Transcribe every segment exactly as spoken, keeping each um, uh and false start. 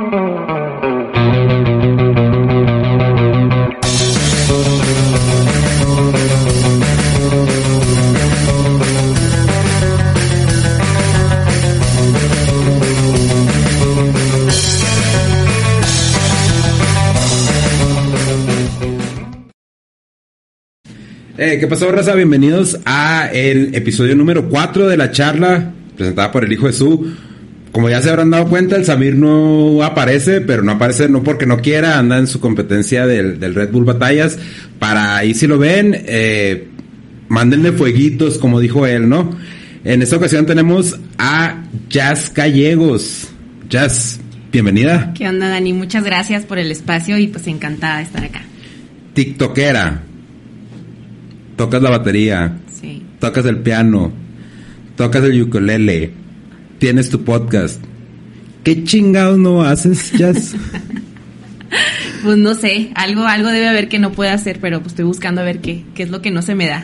Eh, ¿Qué pasó, raza? Bienvenidos a el episodio número cuatro de la charla presentada por el Hijo de Su. Como ya se habrán dado cuenta, el Samir no aparece, pero no aparece no porque no quiera, anda en su competencia del, del Red Bull Batallas. Para ahí si lo ven, eh, mándenle fueguitos, como dijo él, ¿no? En esta ocasión tenemos a Jazz Gallegos. Jazz, bienvenida. ¿Qué onda, Dani? Muchas gracias por el espacio y pues encantada de estar acá. TikTokera. Tocas la batería, sí. Tocas el piano, tocas el ukulele, tienes tu podcast. ¿Qué chingados no haces, Jazz? Pues no sé, algo algo debe haber que no pueda hacer, pero pues estoy buscando a ver qué, qué es lo que no se me da.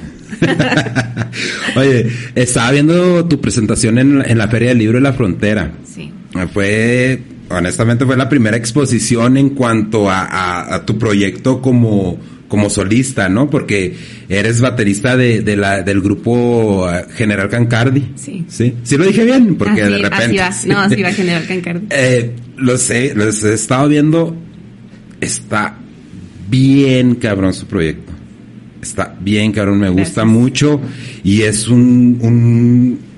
Oye, estaba viendo tu presentación en, en la Feria del Libro de la Frontera. Sí. Fue, honestamente, fue la primera exposición en cuanto a, a, a tu proyecto como... como solista, ¿no? Porque eres baterista de, de la del grupo General Cancardi. Sí. Sí. Sí lo dije bien, porque así, de repente. Así va, no, así va General Cancardi. Eh, lo sé, los he estado viendo. Está bien cabrón su proyecto. Está bien cabrón, me gusta Gracias. mucho. Y es un, un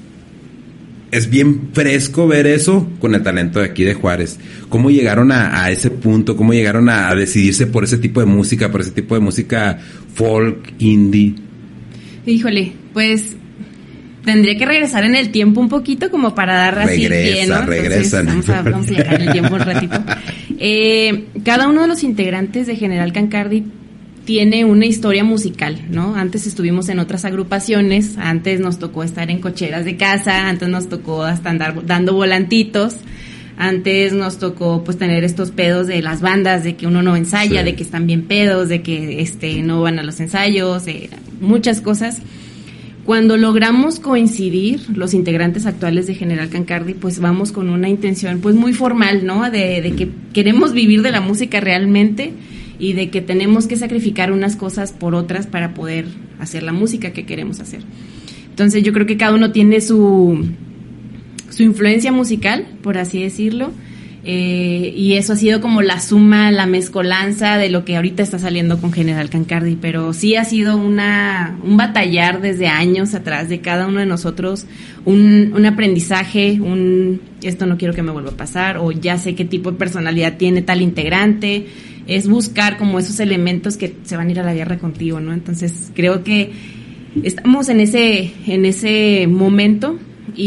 es bien fresco ver eso con el talento de aquí de Juárez. ¿Cómo llegaron a, a ese punto? ¿Cómo llegaron a, a decidirse por ese tipo de música, por ese tipo de música folk, indie? Híjole, pues tendría que regresar en el tiempo un poquito como para dar así regresa, bien, ¿no? Regresa, Entonces, vamos a, vamos a viajar en el tiempo un ratito. Eh, cada uno de los integrantes de General Cancardi tiene una historia musical, ¿no? Antes estuvimos en otras agrupaciones, antes nos tocó estar en cocheras de casa, antes nos tocó hasta andar dando volantitos, antes nos tocó pues tener estos pedos de las bandas, de que uno no ensaya, sí. De que están bien pedos, de que este no van a los ensayos, de muchas cosas. Cuando logramos coincidir los integrantes actuales de General Cancardi, pues vamos con una intención pues muy formal, ¿no? De, de que queremos vivir de la música realmente, y de que tenemos que sacrificar unas cosas por otras para poder hacer la música que queremos hacer. Entonces yo creo que cada uno tiene su, su influencia musical, por así decirlo, eh, y eso ha sido como la suma, la mezcolanza de lo que ahorita está saliendo con General Cancardi, pero sí ha sido una un batallar desde años atrás de cada uno de nosotros, un, un aprendizaje, un esto no quiero que me vuelva a pasar, o ya sé qué tipo de personalidad tiene tal integrante. Es buscar como esos elementos que se van a ir a la guerra contigo, ¿no? Entonces creo que estamos en ese en ese momento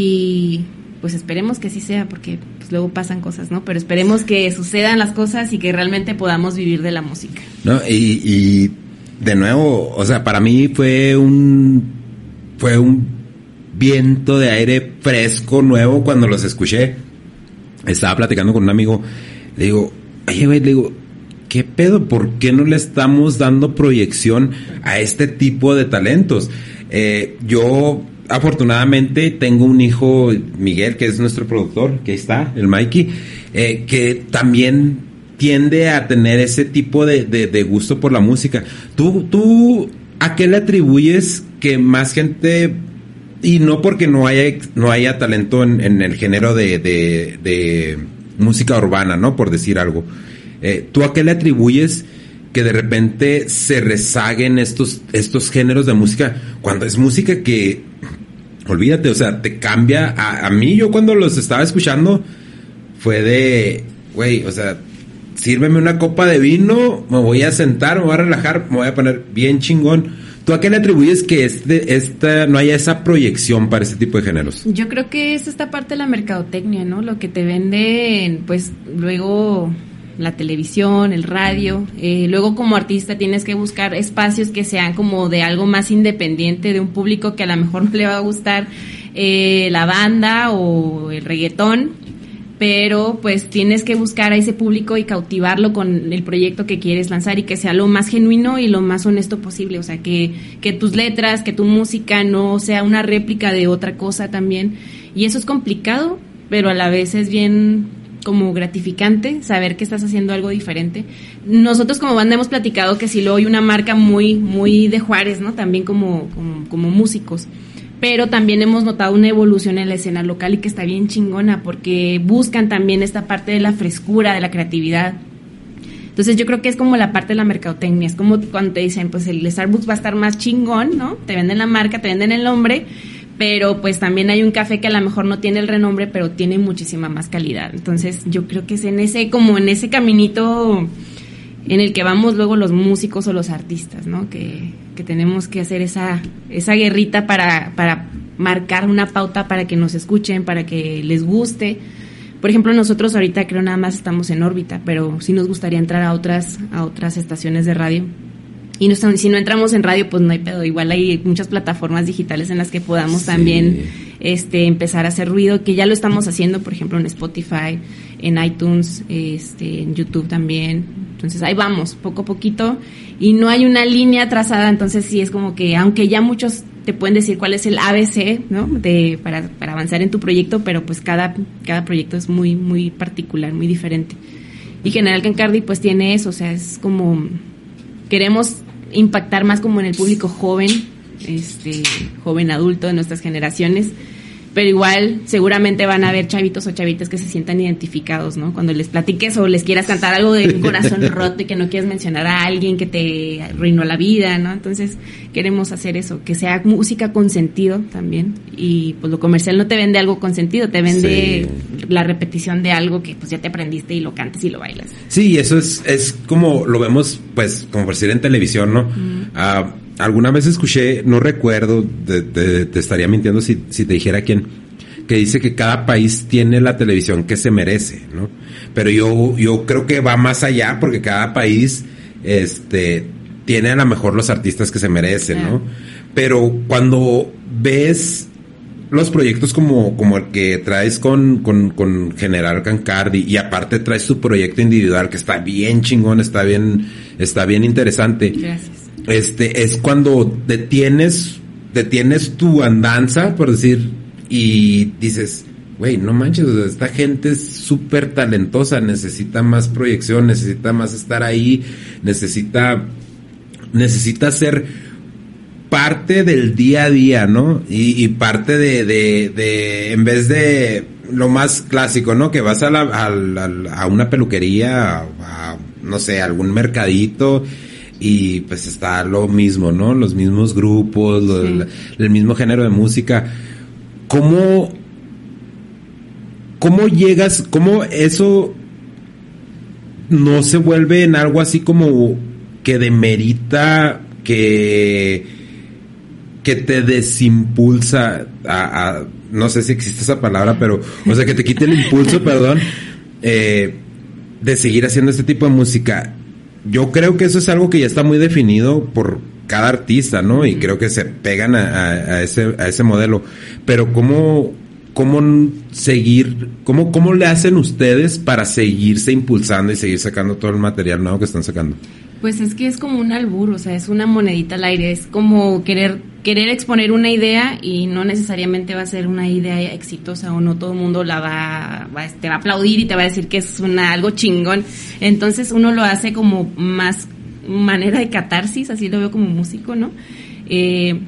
y pues esperemos que así sea, porque pues luego pasan cosas, ¿no? Pero esperemos que sucedan las cosas y que realmente podamos vivir de la música. No, y, y de nuevo, o sea, para mí fue un fue un viento de aire fresco, nuevo cuando los escuché. Estaba platicando con un amigo, le digo, oye, güey, le digo, ¿qué pedo? ¿Por qué no le estamos dando proyección a este tipo de talentos? Eh, yo, afortunadamente, tengo un hijo, Miguel, que es nuestro productor, que ahí está, el Mikey, eh, que también tiende a tener ese tipo de, de, de gusto por la música. ¿Tú, tú, a qué le atribuyes que más gente, y no porque no haya, no haya talento en, en el género de, de, de música urbana, ¿no? Por decir algo. Eh, ¿Tú a qué le atribuyes que de repente se rezaguen estos, estos géneros de música cuando es música que, olvídate, o sea, te cambia? A, a mí, yo cuando los estaba escuchando fue de, güey, o sea, sírveme una copa de vino, me voy a sentar, me voy a relajar, me voy a poner bien chingón. ¿Tú a qué le atribuyes que este, esta, no haya esa proyección para este tipo de géneros? Yo creo que es esta parte de la mercadotecnia, ¿no? Lo que te venden, pues, luego la televisión, el radio, eh, luego como artista tienes que buscar espacios que sean como de algo más independiente, de un público que a lo mejor no le va a gustar eh, la banda o el reggaetón, pero pues tienes que buscar a ese público y cautivarlo con el proyecto que quieres lanzar y que sea lo más genuino y lo más honesto posible, o sea, que, que tus letras, que tu música no sea una réplica de otra cosa también, y eso es complicado, pero a la vez es bien como gratificante saber que estás haciendo algo diferente. Nosotros como banda hemos platicado que si luego hay una marca muy, muy de Juárez, ¿no? También como, como, como músicos. Pero también hemos notado una evolución en la escena local y que está bien chingona porque buscan también esta parte de la frescura, de la creatividad. Entonces yo creo que es como la parte de la mercadotecnia, es como cuando te dicen, pues el Starbucks va a estar más chingón, ¿no? Te venden la marca, te venden el nombre, pero pues también hay un café que a lo mejor no tiene el renombre, pero tiene muchísima más calidad. Entonces yo creo que es en ese, como en ese caminito en el que vamos luego los músicos o los artistas, ¿no? Que, que tenemos que hacer esa, esa guerrita para, para marcar una pauta para que nos escuchen, para que les guste. Por ejemplo, nosotros ahorita creo nada más estamos en órbita, pero sí nos gustaría entrar a otras a otras estaciones de radio. Y no, si no entramos en radio, pues no hay pedo. Igual hay muchas plataformas digitales en las que podamos sí. también este, empezar a hacer ruido, que ya lo estamos haciendo, por ejemplo, en Spotify, en iTunes, este, en YouTube también. Entonces ahí vamos, poco a poquito. Y no hay una línea trazada, entonces sí es como que, aunque ya muchos te pueden decir cuál es el A B C, ¿no? De, para, para avanzar en tu proyecto, pero pues cada, cada proyecto es muy, muy particular, muy diferente. Y General Cancardi pues tiene eso, o sea, es como, queremos impactar más como en el público joven, este, joven adulto de nuestras generaciones, pero igual seguramente van a haber chavitos o chavitas que se sientan identificados, ¿no? Cuando les platiques o les quieras cantar algo de un corazón roto y que no quieres mencionar a alguien que te arruinó la vida, ¿no? Entonces queremos hacer eso, que sea música con sentido también, y pues lo comercial no te vende algo con sentido, te vende sí. la repetición de algo que pues ya te aprendiste y lo cantas y lo bailas. Sí, eso es, es como lo vemos pues como por decir en televisión, ¿no? Mm. Uh, alguna vez escuché, no recuerdo, te, te, te estaría mintiendo si, si te dijera quién, que dice que cada país tiene la televisión que se merece, ¿no? Pero yo, yo creo que va más allá porque cada país, este, tiene a lo mejor los artistas que se merecen, ¿no? Pero cuando ves los proyectos como, como el que traes con, con, con General Cancardi y aparte traes tu proyecto individual que está bien chingón, está bien, está bien interesante. Gracias. Este, es cuando detienes, detienes tu andanza, por decir, y dices, güey, no manches, o sea, esta gente es súper talentosa, necesita más proyección, necesita más estar ahí, necesita, necesita ser parte del día a día, ¿no? Y, y parte de, de, de, en vez de lo más clásico, ¿no? Que vas a la, a, la, a una peluquería, a, a, no sé, algún mercadito, y pues está lo mismo, ¿no? Los mismos grupos, lo, sí. el, el mismo género de música. ¿Cómo, cómo llegas, cómo eso no se vuelve en algo así como que demerita, que, que te desimpulsa a, a, no sé si existe esa palabra, pero, o sea, que te quite el impulso, perdón, eh, de seguir haciendo este tipo de música? Yo creo que eso es algo que ya está muy definido por cada artista, ¿no? Y creo que se pegan a, a, a ese a ese modelo. Pero ¿cómo, cómo seguir, cómo, cómo le hacen ustedes para seguirse impulsando y seguir sacando todo el material nuevo que están sacando? Pues es que es como un albur, o sea, es una monedita al aire, es como querer querer exponer una idea y no necesariamente va a ser una idea exitosa o no todo el mundo la va, va te va a aplaudir y te va a decir que es una algo chingón. Entonces uno lo hace como más manera de catarsis, así lo veo como músico, ¿no? Eh,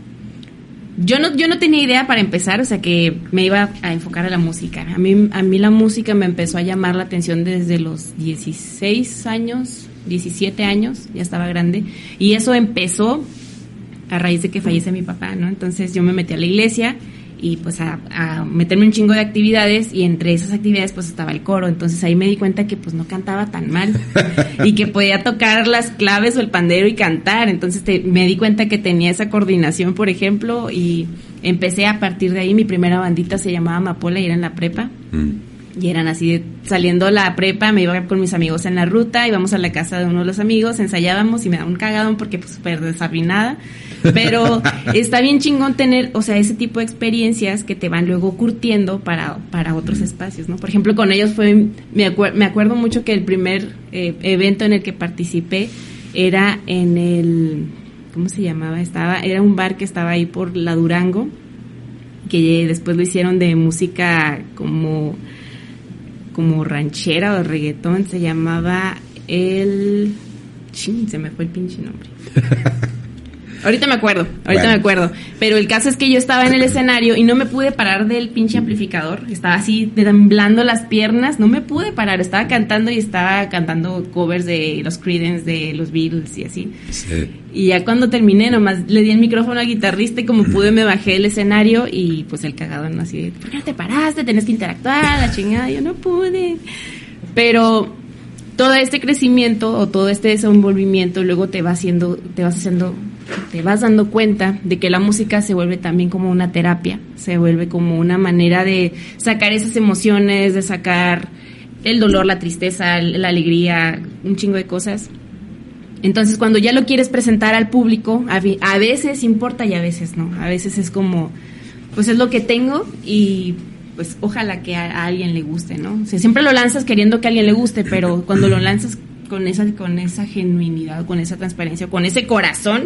yo no yo no tenía idea para empezar, o sea, que me iba a enfocar a la música. A mí a mí la música me empezó a llamar la atención desde los dieciséis años, diecisiete años, ya estaba grande, y eso empezó a raíz de que fallece mi papá, ¿no? Entonces yo me metí a la iglesia y pues a, a meterme un chingo de actividades, y entre esas actividades pues estaba el coro. Entonces ahí me di cuenta que pues no cantaba tan mal y que podía tocar las claves o el pandero y cantar. Entonces te, me di cuenta que tenía esa coordinación, por ejemplo, y empecé a partir de ahí. Mi primera bandita se llamaba Amapola y era en la prepa. Mm. Y eran así, de, saliendo la prepa, me iba con mis amigos en la ruta, íbamos a la casa de uno de los amigos, ensayábamos y me daba un cagadón porque pues súper desafinada. Pero está bien chingón tener, o sea, ese tipo de experiencias que te van luego curtiendo para, para otros espacios, ¿no? Por ejemplo, con ellos fue, me, acuer, me acuerdo mucho que el primer eh, evento en el que participé era en el, ¿cómo se llamaba? Estaba, era un bar que estaba ahí por la Durango, que después lo hicieron de música como... como ranchera o reggaetón, se llamaba el... Chin, se me fue el pinche nombre. Ahorita me acuerdo, ahorita bueno. me acuerdo. Pero el caso es que yo estaba en el escenario y no me pude parar del pinche amplificador. Estaba así temblando las piernas, no me pude parar. Estaba cantando y estaba cantando covers de los Creedence, de los Beatles y así. Sí. Y ya cuando terminé, nomás le di el micrófono al guitarrista y como pude me bajé del escenario y pues el cagadón así de, ¿por qué no te paraste? Tenés que interactuar, la chingada. Yo no pude. Pero todo este crecimiento o todo este desenvolvimiento luego te va haciendo, te vas haciendo... te vas dando cuenta de que la música se vuelve también como una terapia, se vuelve como una manera de sacar esas emociones, de sacar el dolor, la tristeza, la alegría, un chingo de cosas. Entonces cuando ya lo quieres presentar al público, a, a veces importa y a veces no, a veces es como, pues es lo que tengo y pues ojalá que a, a alguien le guste, ¿no? O sea, siempre lo lanzas queriendo que a alguien le guste, pero cuando lo lanzas con esa con esa genuinidad, con esa transparencia, con ese corazón,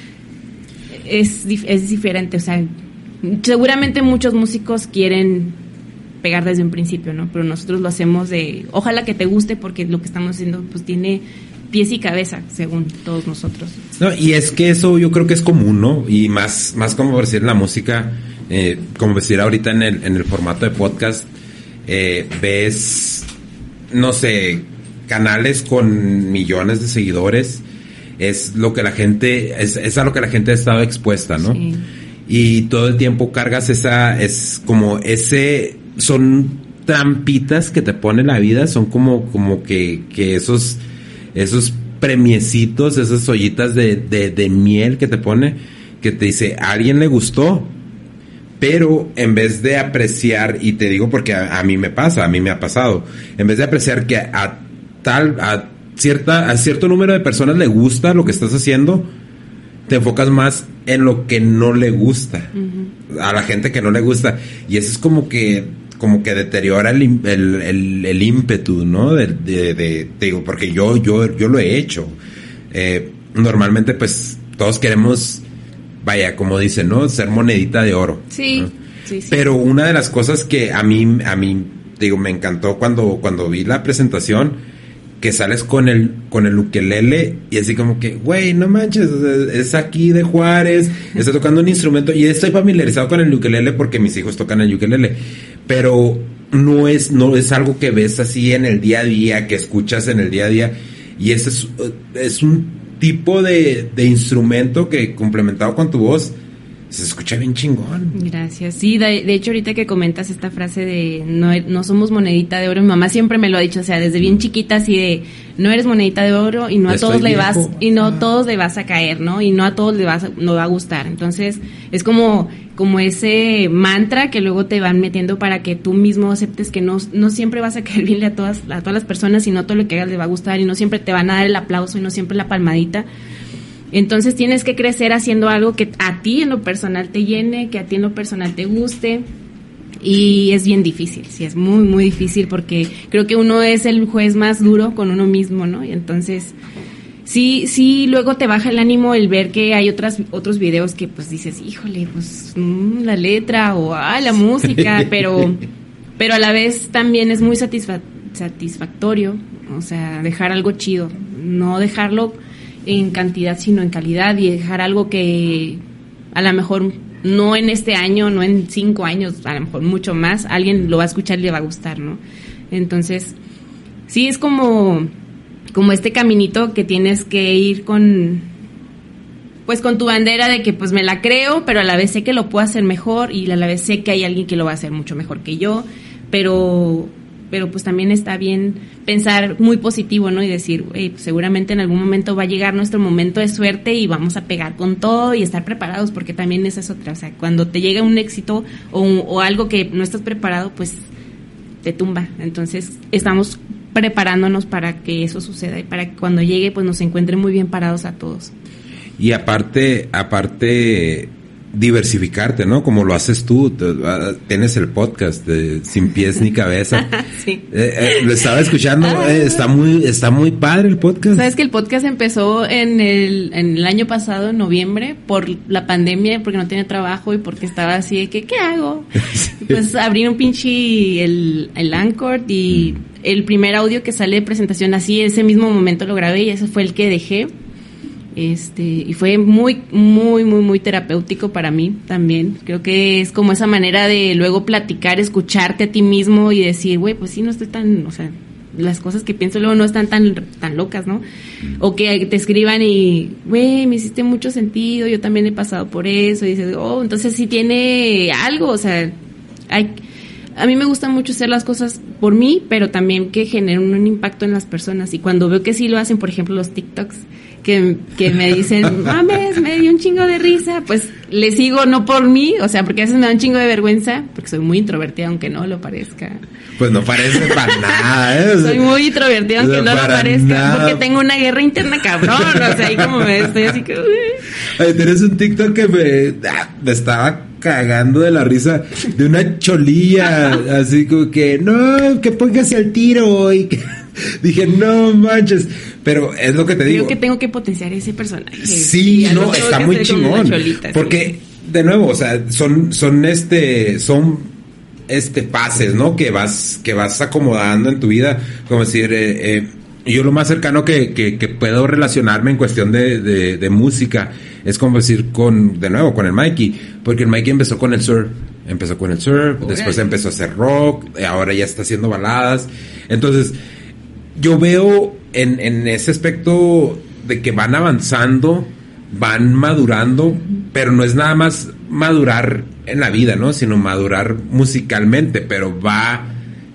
es, es diferente. O sea, seguramente muchos músicos quieren pegar desde un principio, ¿no? Pero nosotros lo hacemos de, ojalá que te guste porque lo que estamos haciendo pues tiene pies y cabeza, según todos nosotros. No, y es que eso yo creo que es común, ¿no? Y más, más como decir en la música, eh, como decir ahorita en el, en el formato de podcast, eh, ves, no sé, canales con millones de seguidores, es lo que la gente, es, es a lo que la gente ha estado expuesta, ¿no? Sí. Y todo el tiempo cargas esa, es como ese, son trampitas que te pone la vida, son como, como que, que esos, esos premiecitos, esas ollitas de, de, de miel que te pone, que te dice, a alguien le gustó, pero en vez de apreciar, y te digo porque a, a mí me pasa, a mí me ha pasado, en vez de apreciar que a tal, a cierta, a cierto número de personas le gusta lo que estás haciendo, te enfocas más en lo que no le gusta, uh-huh. a la gente que no le gusta, y eso es como que, como que deteriora el, el, el, el ímpetu, ¿no? De, de, de, te digo, porque yo, yo, yo lo he hecho. Eh, normalmente, pues, todos queremos, vaya, como dicen, ¿no? Ser monedita de oro. Sí, ¿no? sí, sí. Pero una de las cosas que a mí, a mí, digo, me encantó cuando, cuando vi la presentación, que sales con el, con el ukelele y así como que, güey, no manches, es aquí de Juárez, está tocando un instrumento y estoy familiarizado con el ukelele porque mis hijos tocan el ukelele, pero no es, no es algo que ves así en el día a día, que escuchas en el día a día, y ese es, es un tipo de, de instrumento que complementado con tu voz se escucha bien chingón. Gracias. Sí, de, de hecho ahorita que comentas esta frase de no, no somos monedita de oro, mi mamá siempre me lo ha dicho, o sea, desde bien chiquita así de no eres monedita de oro y no a Estoy todos viejo. le vas y no a todos le vas a caer, ¿no? Y no a todos le vas no va a gustar. Entonces, es como como ese mantra que luego te van metiendo para que tú mismo aceptes que no no siempre vas a caer bien a todas a todas las personas y no todo lo que hagas le va a gustar y no siempre te van a dar el aplauso y no siempre la palmadita. Entonces tienes que crecer haciendo algo que a ti en lo personal te llene, que a ti en lo personal te guste, y es bien difícil, sí, es muy, muy difícil porque creo que uno es el juez más duro con uno mismo, ¿no? Y entonces sí, sí, luego te baja el ánimo el ver que hay otras otros videos que pues dices, híjole, pues mmm, la letra o ah, la música, pero, pero a la vez también es muy satisfa- satisfactorio, o sea, dejar algo chido, no dejarlo en cantidad sino en calidad y dejar algo que a lo mejor no en este año, no en cinco años, a lo mejor mucho más, alguien lo va a escuchar y le va a gustar, ¿no? Entonces, sí es como, como este caminito que tienes que ir con, pues con tu bandera de que pues me la creo, pero a la vez sé que lo puedo hacer mejor y a la vez sé que hay alguien que lo va a hacer mucho mejor que yo, pero... pero pues también está bien pensar muy positivo, ¿no? Y decir, hey, pues seguramente en algún momento va a llegar nuestro momento de suerte y vamos a pegar con todo y estar preparados, porque también esa es otra, o sea, cuando te llega un éxito o, o algo que no estás preparado, pues te tumba. Entonces estamos preparándonos para que eso suceda y para que cuando llegue pues nos encuentre muy bien parados a todos. Y aparte, aparte, diversificarte, ¿no? Como lo haces tú, te, uh, tienes el podcast de Sin Pies Ni Cabeza. Sí. Eh, eh, lo estaba escuchando, Ah. eh, está muy, está muy padre el podcast. Sabes que el podcast empezó en el, en el año pasado, en noviembre, por la pandemia, porque no tenía trabajo y porque estaba así de que, ¿qué hago? Sí. Pues abrí un pinche el, el Anchor y mm. el primer audio que sale de presentación así, ese mismo momento lo grabé y ese fue el que dejé. Este, y fue muy, muy, muy, muy terapéutico para mí también. Creo que es como esa manera de luego platicar, escucharte a ti mismo y decir, güey, pues sí, no estoy tan, o sea, las cosas que pienso luego no están tan, tan locas, ¿no? O que te escriban y, güey, me hiciste mucho sentido, yo también he pasado por eso, y dices, oh, entonces sí tiene algo, o sea, hay... A mí me gusta mucho hacer las cosas por mí, pero también que generen un impacto en las personas. Y cuando veo que sí lo hacen, por ejemplo, los TikToks, que, que me dicen, mames, me dio un chingo de risa, pues le sigo no por mí, o sea, porque a veces me da un chingo de vergüenza, porque soy muy introvertida, aunque no lo parezca. Pues no parece para nada, ¿eh? O sea, soy muy introvertida, aunque no, no lo parezca, nada. Porque tengo una guerra interna cabrón, o sea, ahí como me estoy así que... Ay, tienes un TikTok que me, ah, me estaba cagando de la risa de una cholilla, así como que, no, que póngase al tiro, y que... Dije, no manches, pero es lo que te digo. Creo que tengo que potenciar ese personaje. Sí, no, está muy chingón. Cholita, porque, sí. De nuevo, o sea, son, son este, son este pases, ¿no? Que vas, que vas acomodando en tu vida. Como decir, eh, eh, yo lo más cercano que, que, que puedo relacionarme en cuestión de, de, de música es como decir con, de nuevo, con el Mikey. Porque el Mikey empezó con el surf. Empezó con el surf, okay. Después empezó a hacer rock, ahora ya está haciendo baladas. Entonces, yo veo en, en ese aspecto de que van avanzando, van madurando, pero no es nada más madurar en la vida, ¿no? Sino madurar musicalmente, pero va,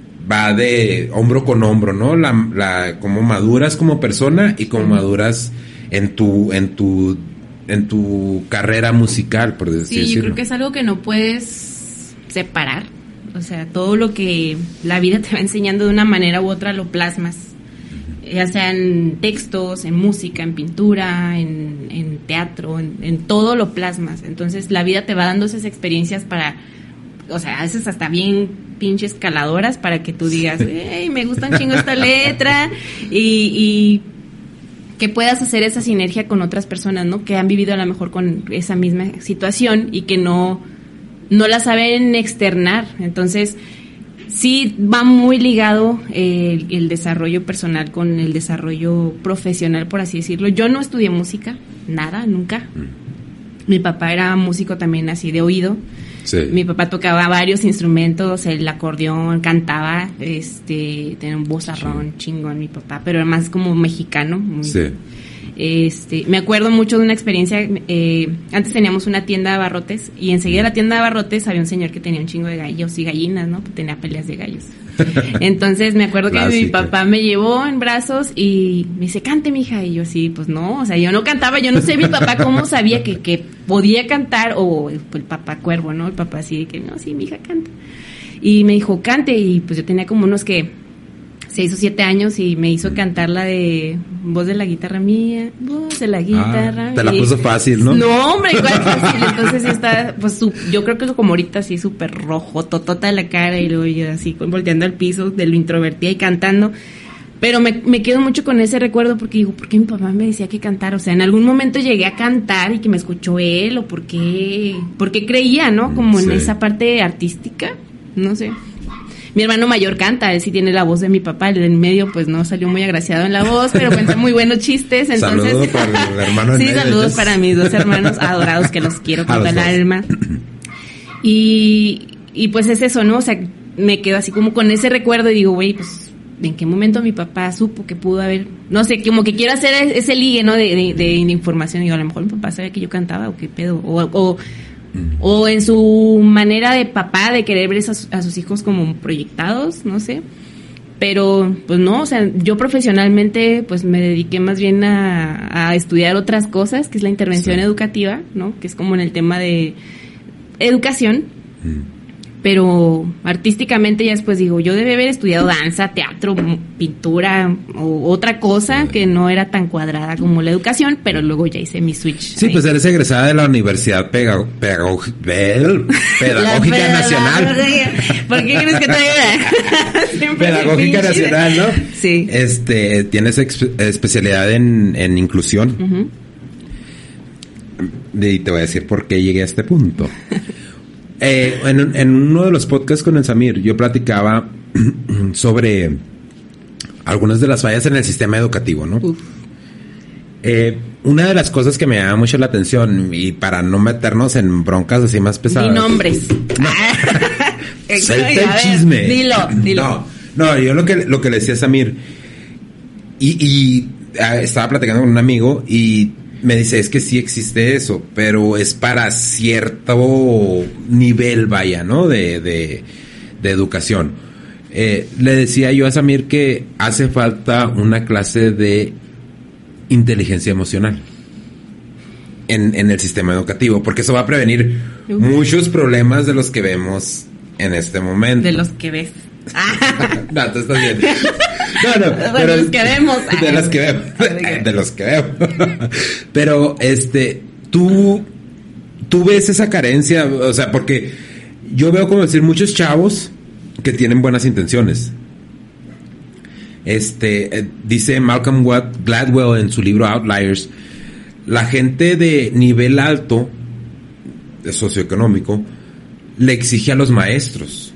va de hombro con hombro, ¿no? La, la, como maduras como persona y como maduras en tu, en tu, en tu carrera musical, por decirlo. Sí, yo creo que es algo que no puedes separar. O sea, todo lo que la vida te va enseñando de una manera u otra lo plasmas. Ya sea en textos, en música, en pintura, en, en teatro, en, en todo lo plasmas. Entonces la vida te va dando esas experiencias para, o sea, a veces hasta bien pinches caladoras para que tú digas, hey, me gusta un chingo esta letra y, y que puedas hacer esa sinergia con otras personas, ¿no? Que han vivido a lo mejor con esa misma situación y que no, no la saben externar. Entonces sí va muy ligado eh, el, el desarrollo personal con el desarrollo profesional, por así decirlo. Yo no estudié música, nada, nunca. Mm. Mi papá era músico también así de oído. Sí. Mi papá tocaba varios instrumentos, el acordeón, cantaba, este, tenía un vozarrón sí. chingón mi papá, pero además como mexicano. Muy, sí. Este, me acuerdo mucho de una experiencia, eh, antes teníamos una tienda de abarrotes y enseguida de la tienda de abarrotes había un señor que tenía un chingo de gallos y gallinas, ¿no? Tenía peleas de gallos. Entonces me acuerdo que Clásica. Mi papá me llevó en brazos y me dice, cante, mija, y yo sí, pues no, o sea, yo no cantaba, yo no sé mi papá cómo sabía que, que podía cantar, o el, el papá cuervo, ¿no? El papá así de que, no, sí, mija, canta. Y me dijo, cante, y pues yo tenía como unos que seis o siete años y me hizo cantar la de voz de la guitarra mía, voz de la guitarra ah, te la puso fácil, ¿no? No, hombre, igual fácil. Entonces está, pues su, yo creo que es como ahorita así súper rojo, totota de la cara y luego yo así volteando al piso de lo introvertida y cantando. Pero me, me quedo mucho con ese recuerdo porque digo, ¿por qué mi papá me decía que cantar? O sea, en algún momento llegué a cantar y que me escuchó él, o por qué, por qué creía, ¿no? Como sí. en esa parte artística, no sé. Mi hermano mayor canta, él sí tiene la voz de mi papá, el en medio pues no salió muy agraciado en la voz, pero cuenta muy buenos chistes, entonces... Saludos para el hermano en Sí, medio, saludos para mis dos hermanos adorados que los quiero con el alma. Y, y pues es eso, ¿no? O sea, me quedo así como con ese recuerdo y digo, güey, pues, ¿en qué momento mi papá supo que pudo haber...? No sé, como que quiero hacer ese ligue, ¿no? De, de, de, de información, y digo, a lo mejor mi papá sabía que yo cantaba o qué pedo, o... o o en su manera de papá de querer ver a sus, a sus hijos como proyectados, no sé, pero pues no, o sea, yo profesionalmente pues me dediqué más bien a, a estudiar otras cosas, que es la intervención sí. educativa, ¿no? Que es como en el tema de educación, mm. pero artísticamente ya después digo, yo debí haber estudiado danza, teatro, pintura o otra cosa que no era tan cuadrada como la educación, pero luego ya hice mi switch. Sí, ahí. Pues eres egresada de la Universidad Pega- Pedagog- Pedagógica La Nacional. ¿Por qué crees que te Pedagógica Nacional, ¿no? Sí. Este, tienes ex- especialidad en, en inclusión. Uh-huh. Y te voy a decir por qué llegué a este punto. Eh, en, en uno de los podcasts con el Samir, yo platicaba sobre algunas de las fallas en el sistema educativo, ¿no? Uf. Eh, una de las cosas que me llama mucho la atención, y para no meternos en broncas así más pesadas. Ni nombres. No. Suelta el chisme. Dilo, dilo. No, no, yo lo que, lo que le decía a Samir, y, y eh, estaba platicando con un amigo y me dice, es que sí existe eso, pero es para cierto nivel, vaya, ¿no? De, de, de educación. Eh, le decía yo a Samir que hace falta una clase de inteligencia emocional en, en el sistema educativo, porque eso va a prevenir uh. muchos problemas de los que vemos en este momento. De los que ves. No, tú estás bien. No, no, de pero, los que vemos. De los que vemos. De los que vemos. Pero, este, tú, tú ves esa carencia, o sea, porque yo veo, como decir, muchos chavos que tienen buenas intenciones. Este, eh, dice Malcolm Gladwell en su libro Outliers, la gente de nivel alto, de socioeconómico, le exige a los maestros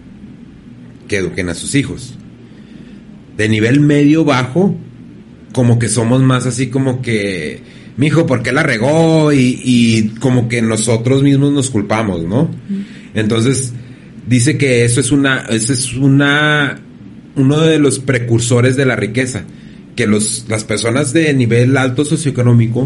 que eduquen a sus hijos. De nivel medio bajo, como que somos más así como que, mijo, ¿por qué la regó? Y, y como que nosotros mismos nos culpamos, ¿no? Entonces, dice que eso es una, eso es una, uno de los precursores de la riqueza, que los, las personas de nivel alto socioeconómico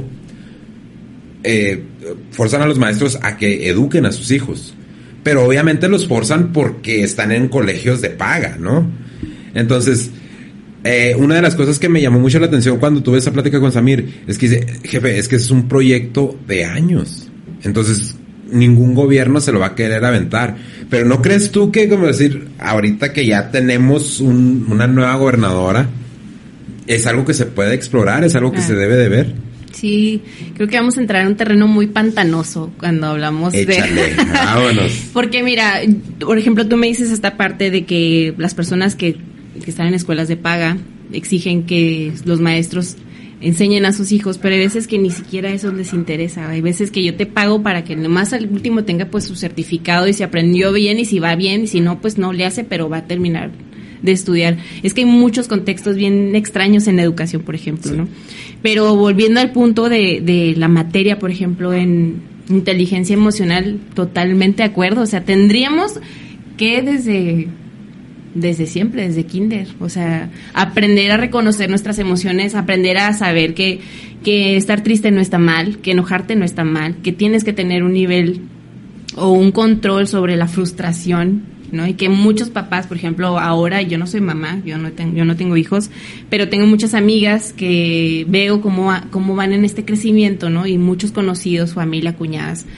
eh, forzan a los maestros a que eduquen a sus hijos. Pero obviamente los forzan porque están en colegios de paga, ¿no? Entonces, eh, una de las cosas que me llamó mucho la atención cuando tuve esa plática con Samir es que dice, jefe, es que es un proyecto de años. Entonces, ningún gobierno se lo va a querer aventar. Pero ¿no crees tú que, como decir, ahorita que ya tenemos un, una nueva gobernadora, es algo que se puede explorar, es algo que ah. se debe de ver? Sí, creo que vamos a entrar en un terreno muy pantanoso cuando hablamos Échale, de... vámonos. Porque mira, por ejemplo, tú me dices esta parte de que las personas que, que están en escuelas de paga exigen que los maestros enseñen a sus hijos, pero hay veces que ni siquiera eso les interesa. Hay veces que yo te pago para que nomás al último tenga pues su certificado y si aprendió bien y si va bien, y si no, pues no le hace, pero va a terminar de estudiar. Es que hay muchos contextos bien extraños en la educación, por ejemplo, sí. ¿no? Pero volviendo al punto de, de la materia, por ejemplo, en inteligencia emocional, totalmente de acuerdo. O sea, tendríamos que desde, desde siempre, desde kinder, o sea, aprender a reconocer nuestras emociones, aprender a saber que, que estar triste no está mal, que enojarte no está mal, que tienes que tener un nivel o un control sobre la frustración, ¿no? Y que muchos papás, por ejemplo, ahora yo no soy mamá, yo no tengo, yo no tengo hijos, pero tengo muchas amigas que veo cómo, cómo van en este crecimiento, ¿no? Y muchos conocidos, familia, cuñadas.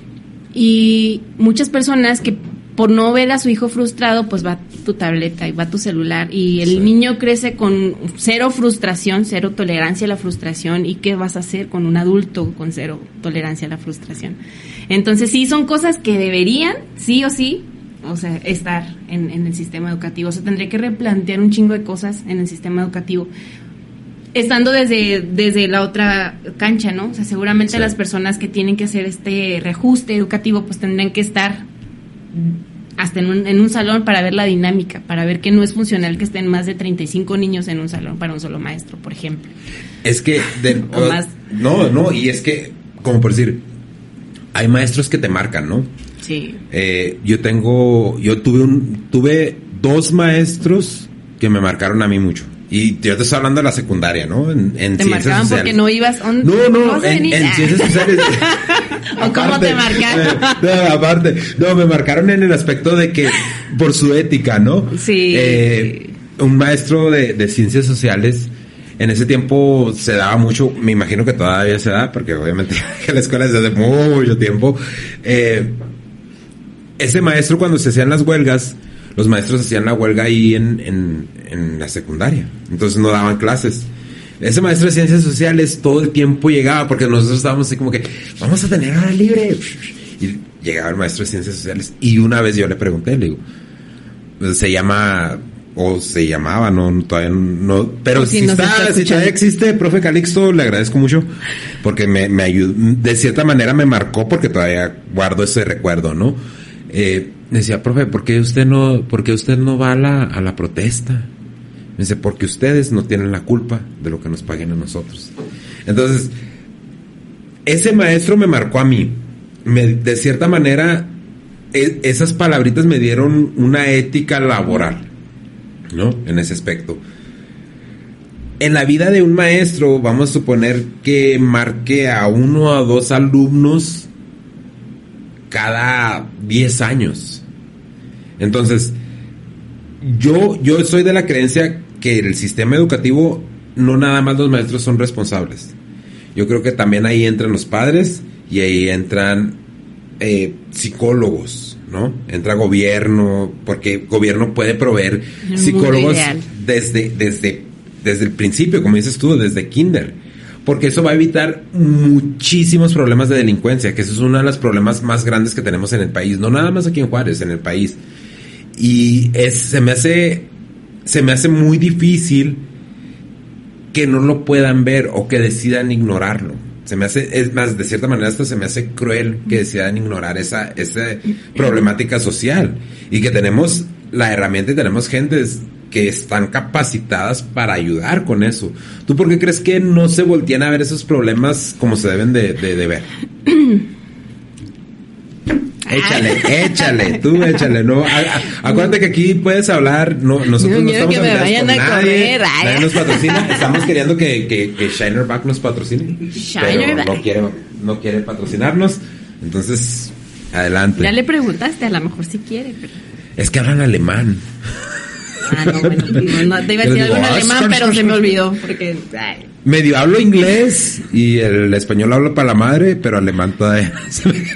Y muchas personas que por no ver a su hijo frustrado, pues va tu tableta y va tu celular. Y el sí. niño crece con cero frustración, cero tolerancia a la frustración. ¿Y qué vas a hacer con un adulto con cero tolerancia a la frustración? Entonces sí, son cosas que deberían, sí o sí, o sea, estar en, en el sistema educativo. O sea, tendría que replantear un chingo de cosas en el sistema educativo, estando desde, desde la otra cancha, ¿no? O sea, seguramente sí. las personas que tienen que hacer este reajuste educativo, pues tendrían que estar hasta en un, en un salón para ver la dinámica, para ver que no es funcional que estén más de treinta y cinco niños en un salón para un solo maestro, por ejemplo. Es que... De, o uh, más. No, no, y es que, como por decir, hay maestros que te marcan, ¿no? Sí. Eh, yo tengo, yo tuve un, tuve dos maestros que me marcaron a mí mucho. Y yo te estoy hablando de la secundaria, ¿no? En, en ¿Te ciencias marcaban sociales. Porque no ibas? On, no, no, en, en ciencias sociales. ¿O aparte, cómo te marcaron? No, aparte, no, me marcaron en el aspecto de que, por su ética, ¿no? Sí. Eh, un maestro de, de ciencias sociales, en ese tiempo se daba mucho, me imagino que todavía se da, porque obviamente la escuela es desde mucho tiempo, eh, ese maestro, cuando se hacían las huelgas, los maestros hacían la huelga ahí en, en, en la secundaria. Entonces no daban clases. Ese maestro de ciencias sociales todo el tiempo llegaba, porque nosotros estábamos así como que, vamos a tener hora libre. Y llegaba el maestro de ciencias sociales. Y una vez yo le pregunté, le digo, se llama, o se llamaba, no, todavía no, pero si, si está, está si todavía existe, profe Calixto, le agradezco mucho, porque me, me ayudó, de cierta manera me marcó, porque todavía guardo ese recuerdo, ¿no? Eh, decía, profe, ¿por qué usted no, por qué usted no va a la, a la protesta? Me dice, porque ustedes no tienen la culpa de lo que nos paguen a nosotros. Entonces, ese maestro me marcó a mí. Me, de cierta manera, e, esas palabritas me dieron una ética laboral, ¿no? En ese aspecto. En la vida de un maestro, vamos a suponer que marque a uno o dos alumnos cada diez años. Entonces, yo, yo soy de la creencia que el sistema educativo, no nada más los maestros son responsables. Yo creo que también ahí entran los padres y ahí entran eh, psicólogos, ¿no? Entra gobierno, porque gobierno puede proveer el psicólogos desde, desde, desde el principio, como dices tú, desde kinder. Porque eso va a evitar muchísimos problemas de delincuencia, que eso es uno de los problemas más grandes que tenemos en el país, no nada más aquí en Juárez, en el país. Y es, se me hace, se me hace muy difícil que no lo puedan ver o que decidan ignorarlo. Se me hace, es más, de cierta manera hasta se me hace cruel que decidan ignorar esa, esa problemática social. Y que tenemos la herramienta y tenemos gentes que están capacitadas para ayudar con eso. ¿Tú por qué crees que no se voltean a ver esos problemas como se deben de, de, de ver? Échale, échale, tú échale, no, a, a, acuérdate que aquí puedes hablar, no, nosotros no, no estamos amenazados con nadie, nadie nos patrocina, estamos queriendo que, que, que Shinerback nos patrocine, pero no quiere, no quiere patrocinarnos, entonces, adelante. Ya le preguntaste, a lo mejor sí quiere, pero... Es que hablan alemán. Ah, no, bueno, no, no te iba a decir algo en alemán, pero se me olvidó, porque... Ay. Medio hablo inglés, y el español hablo para la madre, pero alemán todavía se me...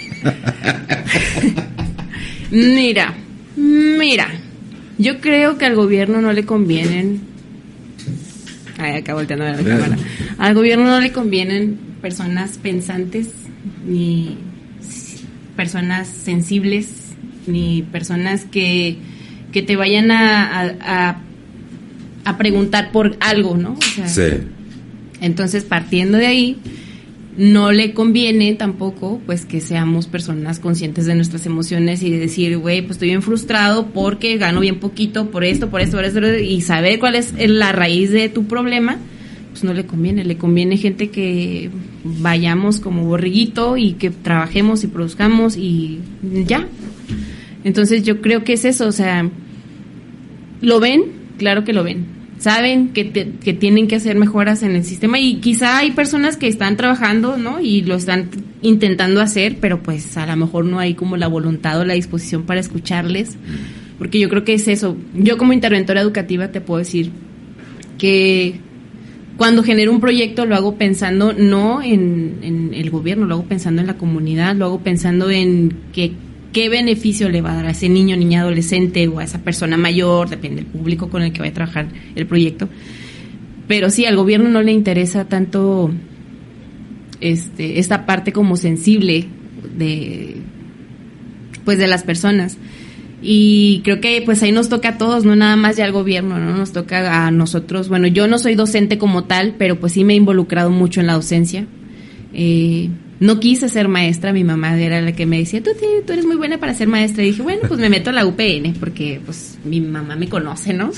Mira, mira, yo creo que al gobierno no le convienen. Ay, acá volteando a ver la cámara. Al gobierno no le convienen personas pensantes, ni personas sensibles, ni personas que, que te vayan a, a, a preguntar por algo, ¿no? O sea, sí. Entonces, partiendo de ahí, no le conviene tampoco, pues, que seamos personas conscientes de nuestras emociones y de decir, güey, pues estoy bien frustrado porque gano bien poquito por esto, por esto, por esto, y saber cuál es la raíz de tu problema, pues no le conviene. Le conviene gente que vayamos como borriguito y que trabajemos y produzcamos y ya. Entonces yo creo que es eso, o sea, ¿lo ven? Claro que lo ven. Saben que, te, que tienen que hacer mejoras en el sistema y quizá hay personas que están trabajando, ¿no? Y lo están intentando hacer, pero pues a lo mejor no hay como la voluntad o la disposición para escucharles, porque yo creo que es eso. Yo como interventora educativa te puedo decir que cuando genero un proyecto lo hago pensando no en, en el gobierno, lo hago pensando en la comunidad, lo hago pensando en que qué beneficio le va a dar a ese niño, niña, adolescente o a esa persona mayor, depende del público con el que vaya a trabajar el proyecto. Pero sí, al gobierno no le interesa tanto este esta parte como sensible de pues de las personas. Y creo que pues ahí nos toca a todos, no nada más ya al gobierno, no nos toca a nosotros. Bueno, yo no soy docente como tal, pero pues sí me he involucrado mucho en la docencia. Eh, no quise ser maestra, mi mamá era la que me decía, tú, tú eres muy buena para ser maestra. Y dije, bueno, pues me meto a la U P N, porque pues mi mamá me conoce, ¿no?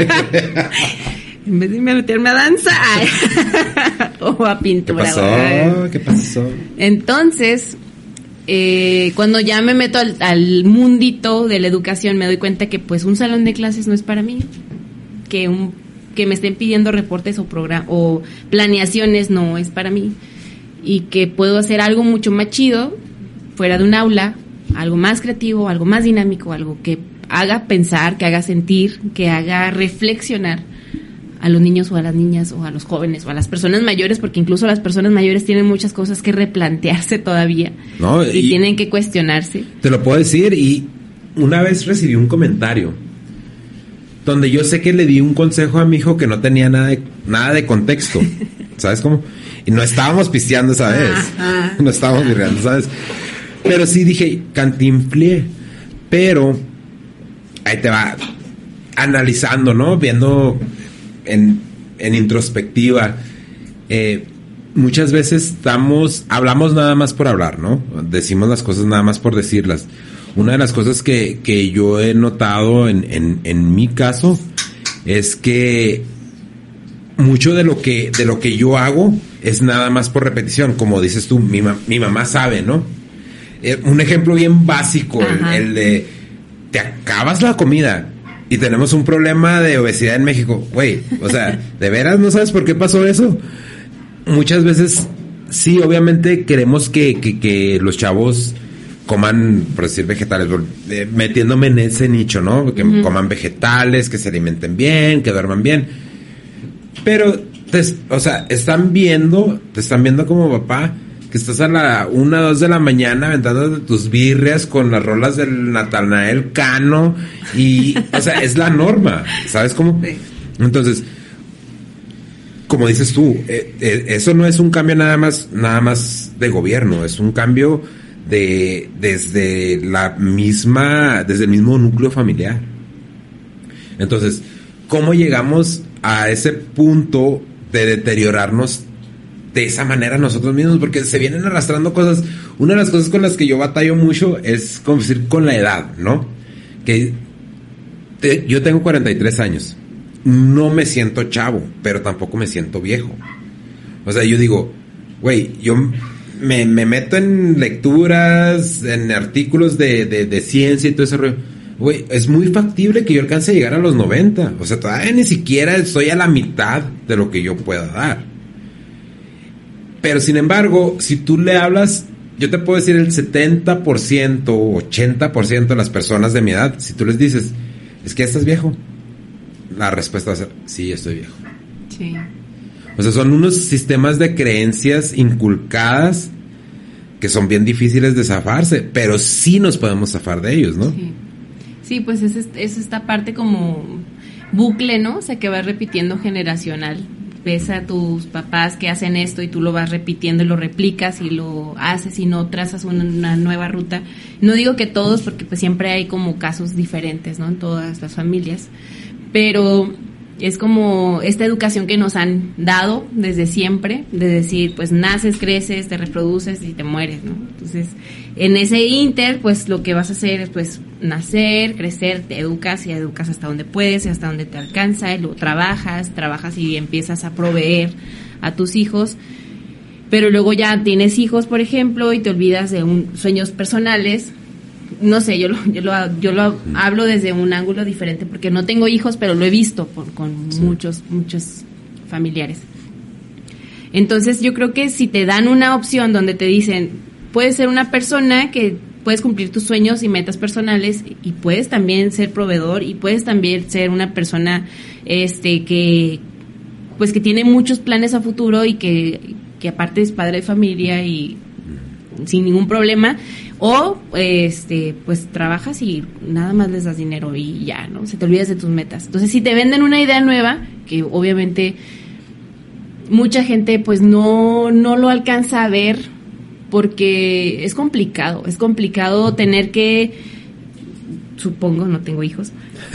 En vez de meterme a danza o a pintura. ¿Qué pasó? ¿Qué pasó? Entonces, eh, cuando ya me meto al, al mundito de la educación, me doy cuenta que pues un salón de clases no es para mí, que un que me estén pidiendo reportes o program- o planeaciones no es para mí, y que puedo hacer algo mucho más chido fuera de un aula, algo más creativo, algo más dinámico, algo que haga pensar, que haga sentir, que haga reflexionar a los niños o a las niñas o a los jóvenes o a las personas mayores, porque incluso las personas mayores tienen muchas cosas que replantearse todavía, ¿no? y, y tienen que cuestionarse. Te lo puedo decir, y una vez recibí un comentario donde yo sé que le di un consejo a mi hijo que no tenía nada de, nada de contexto, ¿sabes cómo? Y no estábamos pisteando esa vez, Ajá. no estábamos virreando, ¿sabes? Pero sí dije, cantinflé, pero ahí te va, analizando, ¿no? Viendo en, en introspectiva, eh, muchas veces estamos, hablamos nada más por hablar, ¿no? Decimos las cosas nada más por decirlas. Una de las cosas que, que yo he notado en, en, en mi caso es que mucho de lo que, de lo que yo hago es nada más por repetición. Como dices tú, mi, ma- mi mamá sabe, ¿no? Eh, un ejemplo bien básico, el, el de te acabas la comida y tenemos un problema de obesidad en México. Güey, o sea, ¿de veras no sabes por qué pasó eso? Muchas veces, sí, obviamente queremos que, que, que los chavos coman, por decir, vegetales, eh, metiéndome en ese nicho, ¿no? Que uh-huh. coman vegetales, que se alimenten bien, que duerman bien. Pero, te, o sea, están viendo, te están viendo como papá, que estás a la una, dos de la mañana aventando tus birrias con las rolas del Natanael Cano y, o sea, es la norma, ¿sabes cómo? Sí. Entonces, como dices tú, eh, eh, eso no es un cambio nada más, nada más de gobierno, es un cambio de desde la misma, desde el mismo núcleo familiar. Entonces, ¿cómo llegamos a ese punto de deteriorarnos de esa manera nosotros mismos? Porque se vienen arrastrando cosas. Una de las cosas con las que yo batallo mucho es, como decir, con la edad, ¿no? Que te, yo tengo cuarenta y tres años. No me siento chavo, pero tampoco me siento viejo. O sea, yo digo, güey, yo me, me meto en lecturas, en artículos de, de, de ciencia y todo ese rollo. Güey, es muy factible que yo alcance a llegar a los noventa. O sea, todavía ni siquiera estoy a la mitad de lo que yo pueda dar. Pero sin embargo, si tú le hablas, yo te puedo decir el setenta por ciento, ochenta por ciento de las personas de mi edad, si tú les dices, es que ya estás viejo, la respuesta va a ser, sí, estoy viejo. Sí. O sea, son unos sistemas de creencias inculcadas que son bien difíciles de zafarse, pero sí nos podemos zafar de ellos, ¿no? Sí, sí, pues es, es esta parte como bucle, ¿no? O sea, que va repitiendo generacional. Ves a tus papás que hacen esto y tú lo vas repitiendo y lo replicas y lo haces y no trazas una, una nueva ruta. No digo que todos, porque pues siempre hay como casos diferentes, ¿no? En todas las familias. Pero es como esta educación que nos han dado desde siempre, de decir, pues naces, creces, te reproduces y te mueres, ¿no? Entonces, en ese inter, pues lo que vas a hacer es pues nacer, crecer, te educas y educas hasta donde puedes y hasta donde te alcanza, y luego trabajas, trabajas y empiezas a proveer a tus hijos, pero luego ya tienes hijos, por ejemplo, y te olvidas de un, sueños personales. No sé, yo lo, yo lo, yo lo hablo desde un ángulo diferente porque no tengo hijos, pero lo he visto por, con sí. muchos, muchos familiares. Entonces yo creo que si te dan una opción donde te dicen, puedes ser una persona que puedes cumplir tus sueños y metas personales y puedes también ser proveedor y puedes también ser una persona este que pues que tiene muchos planes a futuro y que, que aparte es padre de familia y sin ningún problema, o este pues trabajas y nada más les das dinero y ya, ¿no? Se te olvidas de tus metas. Entonces, si te venden una idea nueva, que obviamente mucha gente pues no no lo alcanza a ver porque es complicado, es complicado tener que, supongo, no tengo hijos,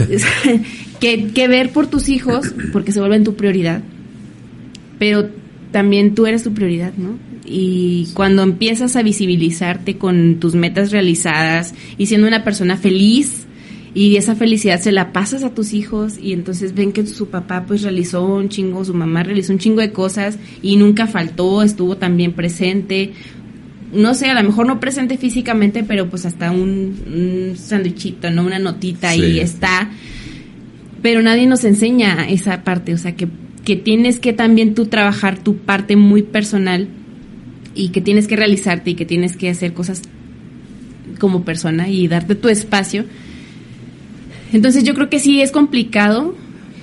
que, que ver por tus hijos porque se vuelven tu prioridad, pero también tú eres tu prioridad, ¿no? Y cuando empiezas a visibilizarte con tus metas realizadas y siendo una persona feliz, y esa felicidad se la pasas a tus hijos y entonces ven que su papá pues realizó un chingo, su mamá realizó un chingo de cosas y nunca faltó, estuvo también presente, no sé, a lo mejor no presente físicamente, pero pues hasta un, un sándwichito, ¿no? Una notita sí. Ahí está, pero nadie nos enseña esa parte, o sea que, que tienes que también tú trabajar tu parte muy personal y que tienes que realizarte y que tienes que hacer cosas como persona y darte tu espacio. Entonces yo creo que sí es complicado,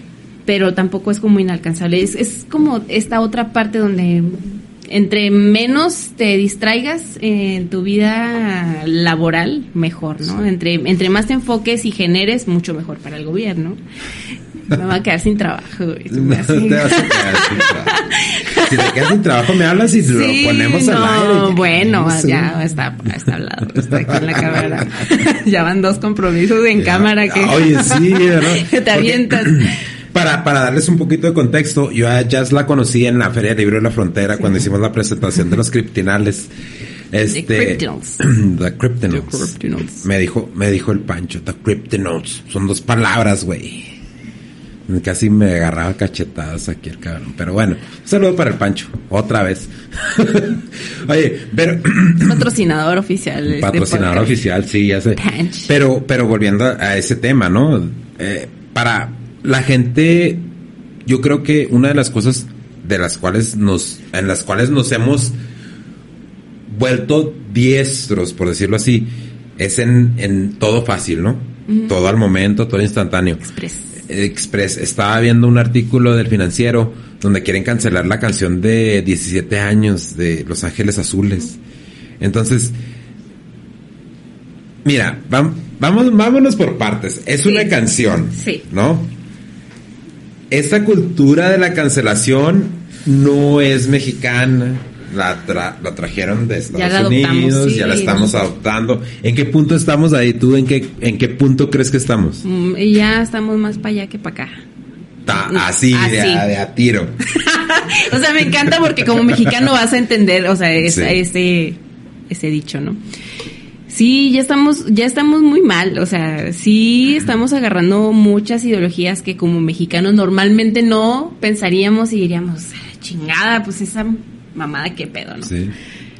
pero tampoco es como inalcanzable. Es, es como esta otra parte donde entre menos te distraigas en tu vida laboral, mejor, ¿no? Entre, entre más te enfoques y generes, mucho mejor para el gobierno. Me voy a quedar sin trabajo, güey. No te vas a quedar sin trabajo. Si te quedas sin trabajo, me hablas y sí, lo ponemos no, al aire. Ya, bueno, sí. ya está, está hablado. Está aquí en la cámara. Ya van dos compromisos en ya, cámara que... Oye, sí, ¿no? Que te avientas. Para, para darles un poquito de contexto, yo a Jazz la conocí en la Feria del Libro de la Frontera, sí, cuando hicimos la presentación de los Cryptinales. Este, The Cryptinals. The Cryptinals. The Cryptinals. Me dijo, me dijo el Pancho, The Cryptinals. Son dos palabras, güey. Casi me agarraba cachetadas aquí el cabrón. Pero bueno, un saludo para el Pancho. Otra vez. Oye, pero... Patrocinador oficial. Patrocinador oficial, sí, ya sé. Panch. Pero, pero volviendo a ese tema, ¿no? Eh, para... La gente, yo creo que una de las cosas de las cuales nos, en las cuales nos hemos vuelto diestros, por decirlo así, es en, en todo fácil, ¿no? Mm. Todo al momento, todo instantáneo. Express. Express. Estaba viendo un artículo del Financiero donde quieren cancelar la canción de diecisiete años de Los Ángeles Azules. Entonces, mira, vamos, vamos, vámonos por partes. Es sí. una canción, sí. ¿no? Esta cultura de la cancelación no es mexicana, la, tra- la trajeron de Estados Unidos, sí. ya la estamos adoptando. ¿En qué punto estamos ahí? ¿Tú en qué, en qué punto crees que estamos? Mm, ya estamos más para allá que para acá. Ta, así, así. De, a, de a tiro. O sea, me encanta porque como mexicano vas a entender, o sea, es, sí. ese, ese dicho, ¿no? Sí, ya estamos, ya estamos muy mal, o sea, sí estamos agarrando muchas ideologías que como mexicanos normalmente no pensaríamos y diríamos, chingada, pues esa mamada qué pedo, ¿no? Sí.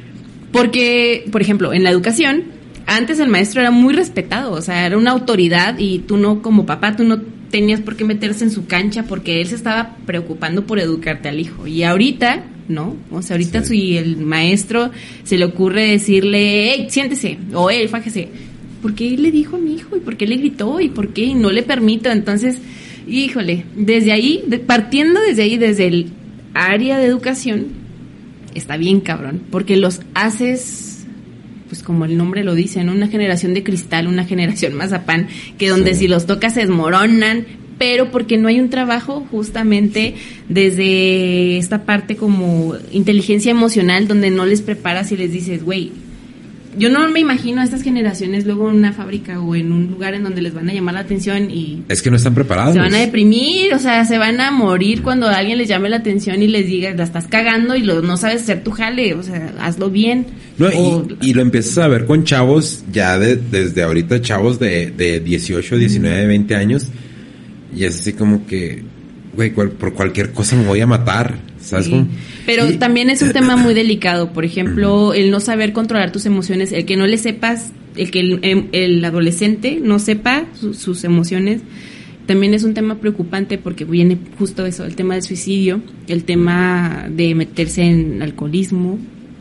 Porque, por ejemplo, en la educación, antes el maestro era muy respetado, o sea, era una autoridad y tú no, como papá, tú no tenías por qué meterse en su cancha porque él se estaba preocupando por educarte al hijo. Y ahorita... ¿no? O sea, ahorita sí. si el maestro se le ocurre decirle, hey, siéntese, o él, fájese, ¿por qué le dijo a mi hijo? ¿Y por qué le gritó? ¿Y por qué no le permito? Entonces, híjole, desde ahí, de, partiendo desde ahí, desde el área de educación, está bien cabrón, porque los haces, pues como el nombre lo dice, ¿no? Una generación de cristal, una generación mazapán, que donde sí. si los tocas se desmoronan, pero porque no hay un trabajo justamente desde esta parte como inteligencia emocional donde no les preparas y les dices, güey, yo no me imagino a estas generaciones luego en una fábrica o en un lugar en donde les van a llamar la atención y... Es que no están preparados. Se van a deprimir, o sea, se van a morir cuando alguien les llame la atención y les diga, la estás cagando y lo, no sabes hacer tu jale, o sea, hazlo bien. No, o, y, y lo empiezas a ver con chavos ya de, desde ahorita, chavos de, de dieciocho, diecinueve, veinte años. Y es así como que, güey, cual, por cualquier cosa me voy a matar, ¿sabes? Sí. Pero y... también es un tema muy delicado. Por ejemplo, el no saber controlar tus emociones, el que no le sepas, el que el, el adolescente no sepa su, sus emociones, también es un tema preocupante porque viene justo eso, el tema del suicidio, el tema de meterse en alcoholismo,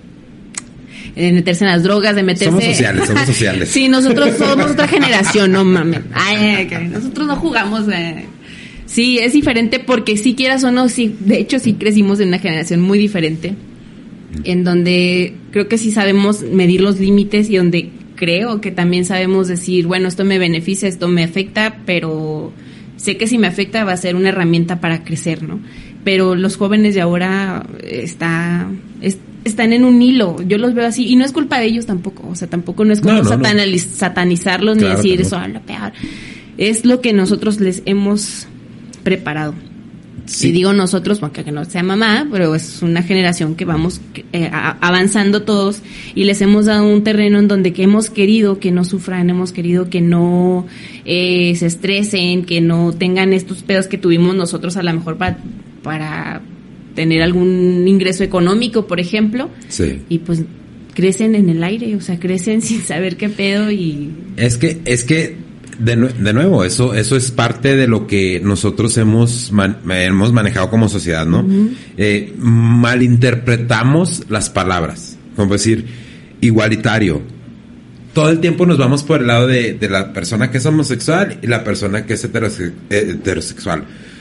de meterse en las drogas, de meterse... Somos sociales, somos sociales. Sí, nosotros somos otra generación, no mames. Ay, ay, nosotros no jugamos... Eh. Sí, es diferente porque si quieras o no, sí, de hecho sí crecimos en una generación muy diferente, en donde creo que sí sabemos medir los límites y donde creo que también sabemos decir, bueno, esto me beneficia, esto me afecta, pero sé que si me afecta va a ser una herramienta para crecer, ¿no? Pero los jóvenes de ahora está... Es, están en un hilo, yo los veo así, y no es culpa de ellos tampoco, o sea, tampoco no es como no, no, sataniz- no. satanizarlos claro, ni decir eso, no. lo peor, es lo que nosotros les hemos preparado. Sí. Y digo nosotros, aunque no sea mamá, pero es una generación que vamos eh, a, avanzando todos y les hemos dado un terreno en donde que hemos querido que no sufran, hemos querido que no eh, se estresen, que no tengan estos pedos que tuvimos nosotros a lo mejor para... para tener algún ingreso económico, por ejemplo, sí. y pues crecen en el aire, o sea, crecen sin saber qué pedo y... Es que, es que, de, de nuevo, eso eso es parte de lo que nosotros hemos man, hemos manejado como sociedad, ¿no? Uh-huh. Eh, malinterpretamos las palabras, como decir, igualitario. Todo el tiempo nos vamos por el lado de, de la persona que es homosexual y la persona que es heterose- heterosexual.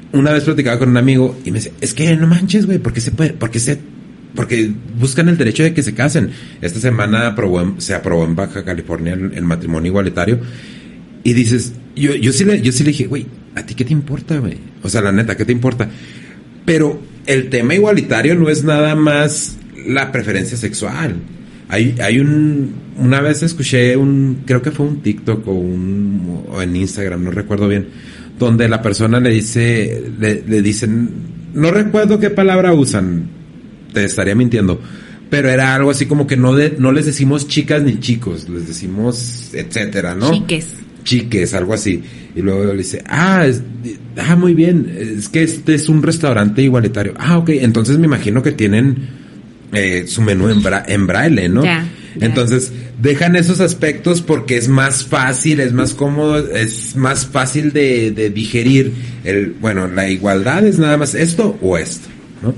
una vez platicaba con un amigo y me dice, es que no manches, güey, ¿por qué se puede, por qué se, porque buscan el derecho de que se casen? Esta semana aprobó en, se aprobó en Baja California el, el matrimonio igualitario y dices, yo, yo sí le, yo sí le dije, güey, ¿a ti qué te importa, güey? O sea, la neta, ¿qué te importa? Pero el tema igualitario no es nada más la preferencia sexual. Hay, hay un, una vez escuché un, creo que fue un TikTok o un, o en Instagram, no recuerdo bien, donde la persona le dice, le, le dicen, no recuerdo qué palabra usan, te estaría mintiendo, pero era algo así como que no de, no les decimos chicas ni chicos, les decimos etcétera, ¿no? Chiques. Chiques, algo así. Y luego le dice, ah, es, ah, muy bien, es que este es un restaurante igualitario. Ah, ok, entonces me imagino que tienen eh, su menú en, bra- en braille, ¿no? Ya, ya. Entonces, dejan esos aspectos porque es más fácil, es más cómodo, es más fácil de, de digerir. El, bueno, la igualdad es nada más esto o esto, ¿no?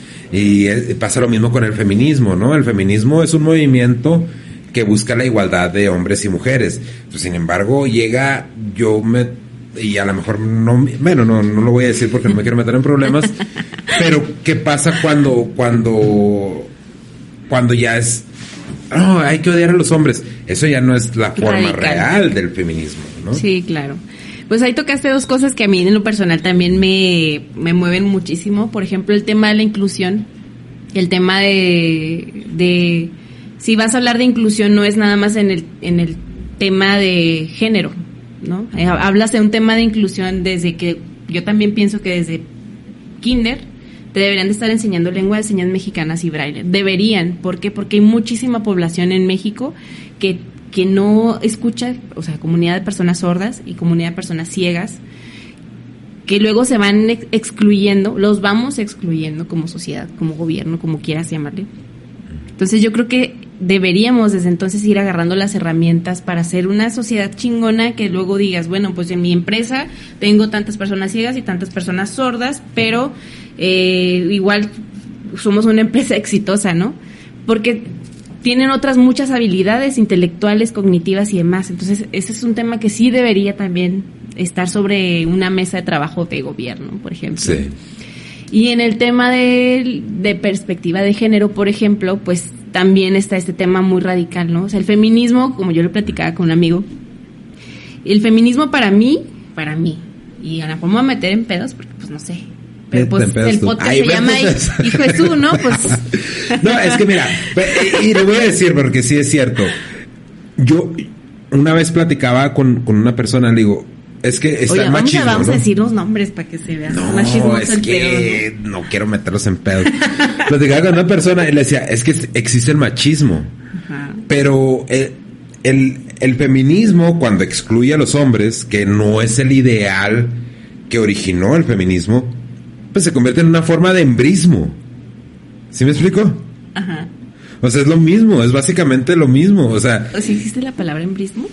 Y eh, pasa lo mismo con el feminismo, ¿no? El feminismo es un movimiento que busca la igualdad de hombres y mujeres. Pues, sin embargo, llega, yo me, y a lo mejor no, bueno, no, no lo voy a decir porque no me quiero meter en problemas, pero ¿qué pasa cuando, cuando, cuando ya es, no, hay que odiar a los hombres? Eso ya no es la forma Radical. real del feminismo, ¿no? Sí, claro. Pues ahí tocaste dos cosas que a mí en lo personal también me, me mueven muchísimo. Por ejemplo, el tema de la inclusión, el tema de, de si vas a hablar de inclusión no es nada más en el, en el tema de género, ¿no? Eh, hablas de un tema de inclusión desde que, yo también pienso que desde kinder te deberían de estar enseñando lengua de señas mexicanas y braille. Deberían, ¿por qué? Porque hay muchísima población en México que, que no escucha, o sea, comunidad de personas sordas y comunidad de personas ciegas, que luego se van ex- excluyendo, los vamos excluyendo como sociedad, como gobierno, como quieras llamarle. Entonces yo creo que deberíamos desde entonces ir agarrando las herramientas para hacer una sociedad chingona que luego digas, bueno, pues en mi empresa tengo tantas personas ciegas y tantas personas sordas, pero eh, igual somos una empresa exitosa, ¿no? Porque tienen otras muchas habilidades intelectuales, cognitivas y demás. Entonces ese es un tema que sí debería también estar sobre una mesa de trabajo de gobierno, por ejemplo. Sí. Y en el tema de, de perspectiva de género, por ejemplo, pues también está este tema muy radical, ¿no? O sea, el feminismo, como yo lo platicaba con un amigo, el feminismo para mí, para mí, y a la forma de meter en pedos, porque pues no sé, pero pues el podcast Ay, se llama pues, Hijo Jesús, ¿no? Pues no, es que mira, y le voy a decir porque sí es cierto. Yo una vez platicaba con, con una persona, le digo, es que está Oye, el vamos, machismo, a, vamos ¿no? a decir los nombres para que se vea. No, Machismo es el que pedo, ¿no? no quiero meterlos en pedo. Platicaba con una persona y le decía, es que existe el machismo. Ajá. Pero el, el, el feminismo, cuando excluye a los hombres, que no es el ideal que originó el feminismo, pues se convierte en una forma de embrismo. ¿Sí me explico? Ajá. O sea, es lo mismo, es básicamente lo mismo. O sea, ¿O si existe la palabra embrismo?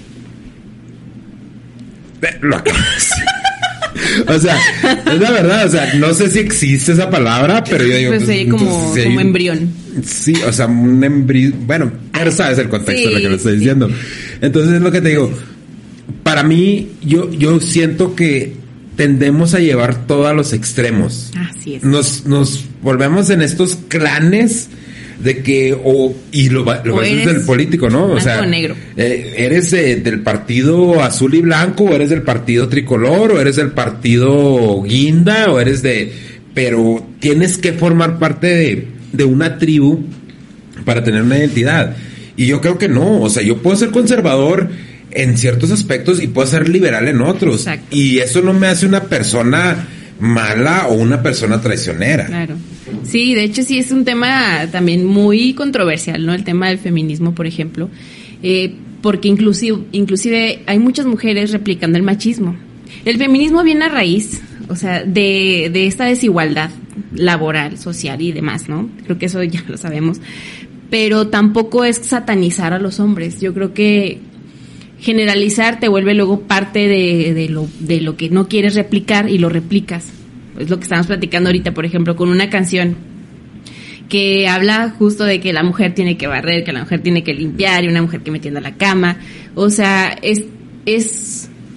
lo acabo de decir. O sea, es la verdad, o sea, no sé si existe esa palabra, pero yo digo... Pues, pues, sí, como, entonces, sí, como embrión. Sí, o sea, un embrión... Bueno, pero sabes el contexto Sí, de lo que le estoy sí. diciendo. Entonces, es lo que te digo. Para mí, yo, yo siento que tendemos a llevar todo a los extremos. Así es. Nos, nos volvemos en estos clanes de que, o, y lo, lo O ves eres desde el político, ¿no? O blanco sea, o negro. eh, ¿eres eh, del partido azul y blanco, o eres del partido tricolor, o eres del partido guinda, o eres de... Pero tienes que formar parte de, de una tribu para tener una identidad. Y yo creo que no, o sea, yo puedo ser conservador en ciertos aspectos y puedo ser liberal en otros. Exacto. Y eso no me hace una persona mala o una persona traicionera. Claro. Sí, de hecho sí es un tema también muy controversial, ¿no? El tema del feminismo, por ejemplo, eh, porque inclusive, inclusive hay muchas mujeres replicando el machismo. El feminismo viene a raíz, o sea, de, de esta desigualdad laboral, social y demás, ¿no? Creo que eso ya lo sabemos. Pero tampoco es satanizar a los hombres. Yo creo que generalizar te vuelve luego parte de, de, lo, de lo que no quieres replicar y lo replicas. Es lo que estamos platicando ahorita, por ejemplo, con una canción que habla justo de que la mujer tiene que barrer, que la mujer tiene que limpiar y una mujer que me tienda la cama. O sea, es, es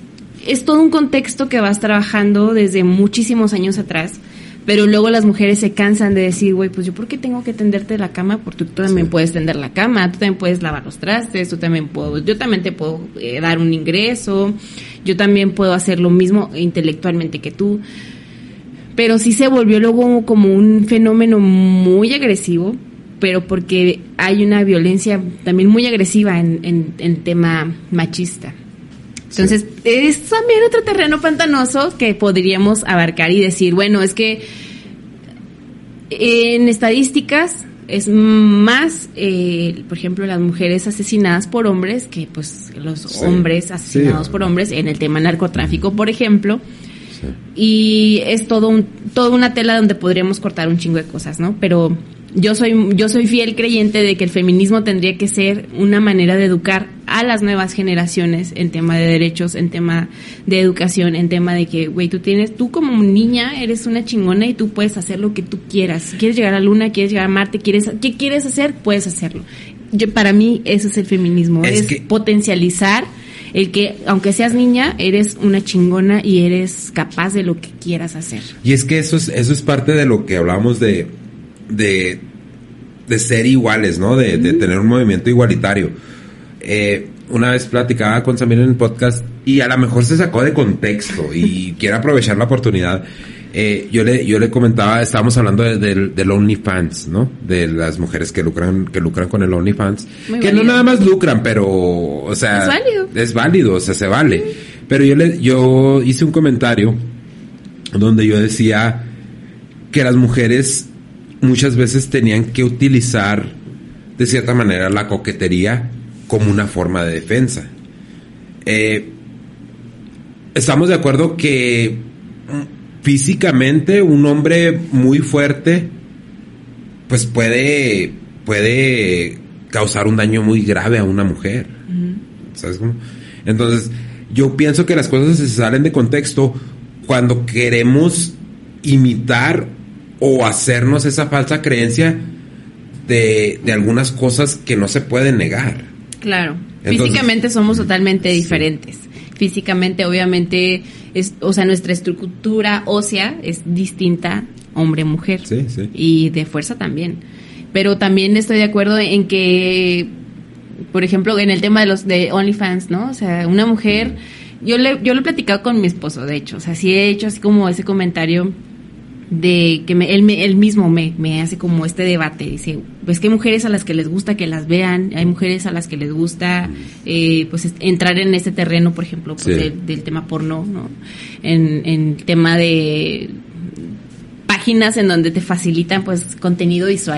es todo un contexto que vas trabajando desde muchísimos años atrás, pero luego las mujeres se cansan de decir, güey, pues yo por qué tengo que tenderte la cama, porque tú también sí. puedes tender la cama, tú también puedes lavar los trastes, tú también puedo, yo también te puedo eh, dar un ingreso, yo también puedo hacer lo mismo intelectualmente que tú. Pero sí se volvió luego como un fenómeno muy agresivo, pero porque hay una violencia también muy agresiva en, en, en tema machista. Entonces, sí. es también otro terreno pantanoso que podríamos abarcar y decir, bueno, es que en estadísticas es más, eh, por ejemplo, las mujeres asesinadas por hombres que pues los sí. hombres asesinados sí. por hombres en el tema narcotráfico, por ejemplo. Sí. Y es todo un, toda una tela donde podríamos cortar un chingo de cosas, ¿no? Pero yo soy, yo soy fiel creyente de que el feminismo tendría que ser una manera de educar a las nuevas generaciones en tema de derechos, en tema de educación, en tema de que, güey, tú tienes, tú como niña eres una chingona y tú puedes hacer lo que tú quieras. Si quieres llegar a la luna, quieres llegar a Marte, quieres, ¿qué quieres hacer? Puedes hacerlo. Yo, para mí, eso es el feminismo, es, es que... potencializar el que, aunque seas niña, eres una chingona y eres capaz de lo que quieras hacer. Y es que eso es, eso es parte de lo que hablábamos de, de, de ser iguales, ¿no? De, mm. de tener un movimiento igualitario. Eh, una vez platicaba con Samir en el podcast y a lo mejor se sacó de contexto y quiero aprovechar la oportunidad. Eh, yo le yo le comentaba, estábamos hablando de, de, del OnlyFans, ¿no? De las mujeres que lucran que lucran con el OnlyFans. Muy que válido. No nada más lucran, pero, o sea... Es válido. Es válido, o sea, se vale. Mm. Pero yo le yo hice un comentario donde yo decía que las mujeres muchas veces tenían que utilizar, de cierta manera, la coquetería como una forma de defensa. Eh, estamos de acuerdo que físicamente un hombre muy fuerte pues puede puede causar un daño muy grave a una mujer. Uh-huh. ¿Sabes cómo? Entonces, yo pienso que las cosas se salen de contexto cuando queremos imitar o hacernos esa falsa creencia de, de algunas cosas que no se pueden negar. Claro. Entonces, físicamente somos totalmente diferentes. Sí. Físicamente, obviamente, es, o sea, nuestra estructura ósea es distinta hombre-mujer. Sí, sí. Y de fuerza también. Pero también estoy de acuerdo en que, por ejemplo, en el tema de los de OnlyFans, ¿no? O sea, una mujer, yo le yo lo he platicado con mi esposo, de hecho. O sea, sí he hecho así como ese comentario de que me, él, me, él mismo me, me hace como este debate. Dice, pues que hay mujeres a las que les gusta que las vean, hay mujeres a las que les gusta eh, pues entrar en este terreno, por ejemplo, pues, sí. del, del tema porno, ¿no? En, en tema de páginas en donde te facilitan pues contenido visual.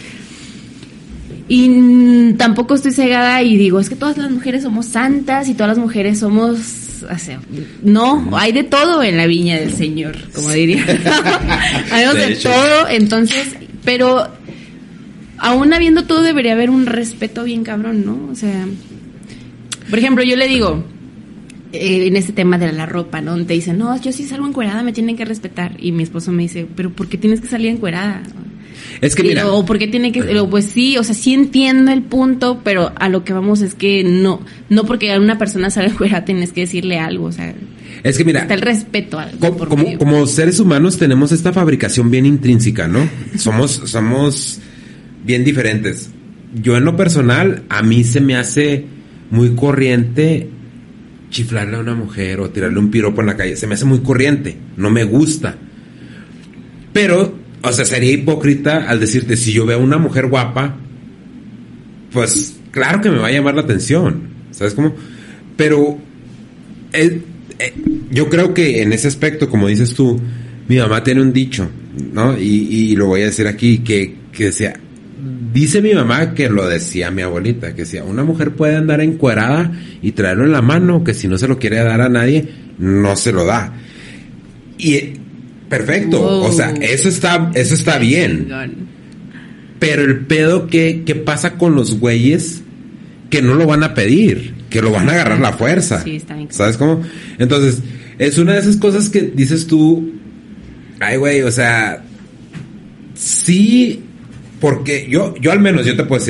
Y mm, tampoco estoy cegada y digo, es que todas las mujeres somos santas y todas las mujeres somos... O sea, no, hay de todo en la viña del Señor, como diría. Hay de, de todo, entonces, pero aún habiendo todo debería haber un respeto bien cabrón, ¿no? O sea, por ejemplo, yo le digo, eh, en este tema de la ropa, ¿no? Donde te dicen, no, yo si salgo encuerada me tienen que respetar. Y mi esposo me dice, pero ¿por qué tienes que salir encuerada? Es que mira, o porque tiene que, pues sí, o sea, sí entiendo el punto, pero a lo que vamos es que no, no porque una persona salga fuera tienes que decirle algo, o sea, es que mira, está el respeto al, como, como, como seres humanos tenemos esta fabricación bien intrínseca, ¿no? somos, somos bien diferentes. Yo en lo personal, a mí se me hace muy corriente chiflarle a una mujer o tirarle un piropo en la calle, se me hace muy corriente, no me gusta, pero o sea, sería hipócrita al decirte, si yo veo a una mujer guapa, pues claro que me va a llamar la atención, ¿sabes cómo? Pero eh, eh, yo creo que en ese aspecto, como dices tú, mi mamá tiene un dicho, ¿no? Y, y lo voy a decir aquí, que, que decía, dice mi mamá que lo decía mi abuelita, que decía, una mujer puede andar encuerada y traerlo en la mano, que si no se lo quiere dar a nadie, no se lo da. Y... perfecto, wow. O sea, eso está, eso está bien. Pero el pedo que, que pasa con los güeyes que no lo van a pedir, que lo van a agarrar la fuerza. Sí, está bien. ¿Sabes cómo? Entonces, es una de esas cosas que dices tú, ay güey, o sea, sí, porque yo, yo al menos, yo te puedo decir,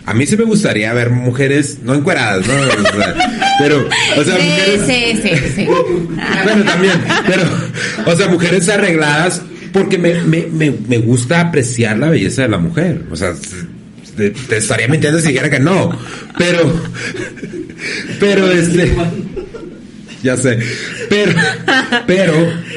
a mí sí me gustaría ver mujeres, no encueradas, ¿no? O sea, pero, o sea, sí, mujeres... Sí, sí, sí. Bueno, también, pero, o sea, mujeres arregladas, porque me, me, me, me gusta apreciar la belleza de la mujer. O sea, te, te estaría mintiendo si dijera que no. Pero, pero este... Ya sé. Pero, pero,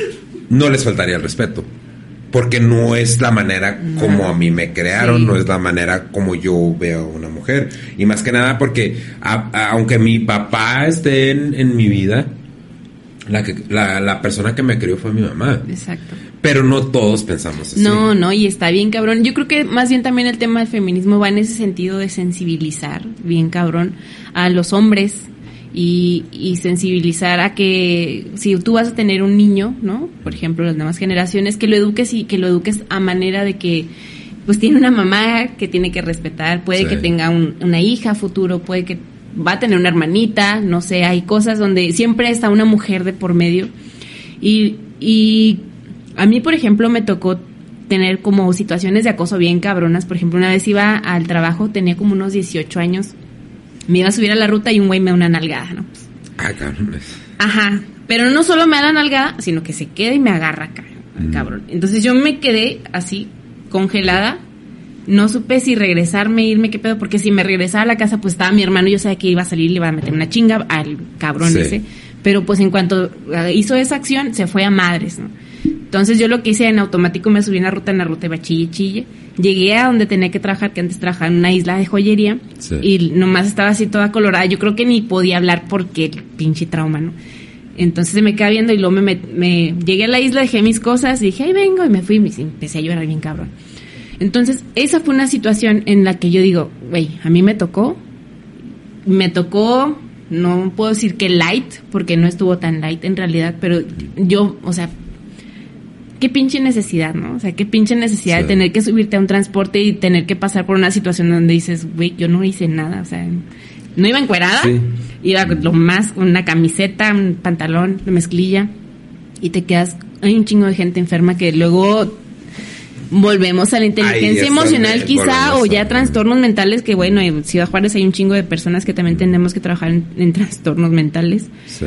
no les faltaría el respeto. Porque no es la manera como a mí me crearon, sí. No es la manera como yo veo a una mujer. Y más que nada porque, a, a, aunque mi papá esté en, en mi vida, la, que, la, la persona que me crió fue mi mamá. Exacto. Pero no todos pensamos así. No, no, y está bien cabrón. Yo creo que más bien también el tema del feminismo va en ese sentido de sensibilizar, bien cabrón, a los hombres. Y, y sensibilizar a que si tú vas a tener un niño, ¿no? Por ejemplo, las nuevas generaciones, que lo eduques y que lo eduques a manera de que pues tiene una mamá que tiene que respetar, puede sí. que tenga un, una hija futuro, puede que va a tener una hermanita, no sé, hay cosas donde siempre está una mujer de por medio. Y, y a mí, por ejemplo, me tocó tener como situaciones de acoso bien cabronas. Por ejemplo, una vez iba al trabajo, tenía como unos dieciocho años. Me iba a subir a la ruta y un güey me da una nalgada, ¿no? Ah, cabrón. Ajá, pero no solo me da la nalgada, sino que se queda y me agarra acá, mm. cabrón. Entonces yo me quedé así, congelada, no supe si regresarme, irme, qué pedo, porque si me regresaba a la casa, pues estaba mi hermano, yo sabía que iba a salir, le iba a meter una chinga al cabrón sí. ese, pero pues en cuanto hizo esa acción, se fue a madres, ¿no? Entonces yo lo que hice en automático, me subí en la ruta, en la ruta iba chille, chille. Llegué a donde tenía que trabajar, que antes trabajaba en una isla de joyería, sí. y nomás estaba así toda colorada. Yo creo que ni podía hablar porque el pinche trauma, ¿no? Entonces se me queda viendo y luego me, me, me llegué a la isla, dejé mis cosas, y dije, ahí vengo, y me fui y me empecé a llorar bien cabrón. Entonces esa fue una situación en la que yo digo, güey, a mí me tocó, me tocó, no puedo decir que light, porque no estuvo tan light en realidad, pero yo, o sea... qué pinche necesidad, ¿no? O sea, qué pinche necesidad sí. de tener que subirte a un transporte y tener que pasar por una situación donde dices, güey, yo no hice nada, o sea, no iba encuerada, sí. iba lo más con una camiseta, un pantalón de mezclilla, y te quedas, hay un chingo de gente enferma que luego volvemos a la inteligencia emocional quizá, o ya trastornos mentales, que bueno, en Ciudad Juárez hay un chingo de personas que también tenemos que trabajar en, en trastornos mentales. Sí.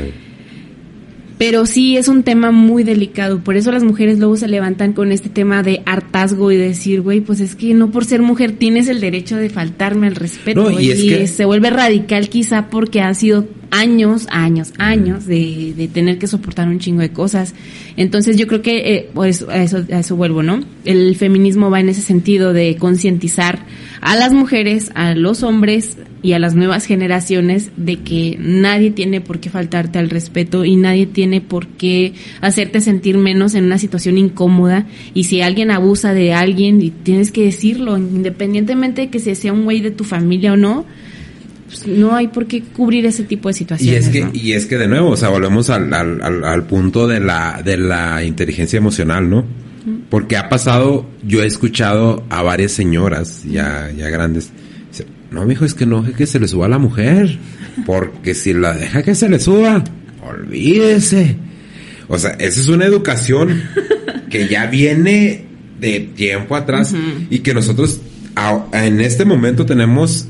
Pero sí es un tema muy delicado, por eso las mujeres luego se levantan con este tema de hartazgo y decir, güey, pues es que no por ser mujer tienes el derecho de faltarme al respeto. No, y, y es que... se vuelve radical quizá porque han sido años, años, años de, de tener que soportar un chingo de cosas. Entonces yo creo que eh, pues a eso, a eso vuelvo, ¿no? El feminismo va en ese sentido de concientizar a las mujeres, a los hombres y a las nuevas generaciones de que nadie tiene por qué faltarte al respeto y nadie tiene por qué hacerte sentir menos en una situación incómoda, y si alguien abusa de alguien, y tienes que decirlo, independientemente de que sea un güey de tu familia o no, pues no hay por qué cubrir ese tipo de situaciones. Y es que, ¿no? y es que de nuevo, o sea, volvemos al, al, al, al punto de la, de la inteligencia emocional, ¿no? Porque ha pasado, yo he escuchado a varias señoras ya, ya grandes, dice, no, mijo, es que no deje que se le suba a la mujer, porque si la deja que se le suba, olvídese. O sea, esa es una educación que ya viene de tiempo atrás, uh-huh. y que nosotros a, a, en este momento tenemos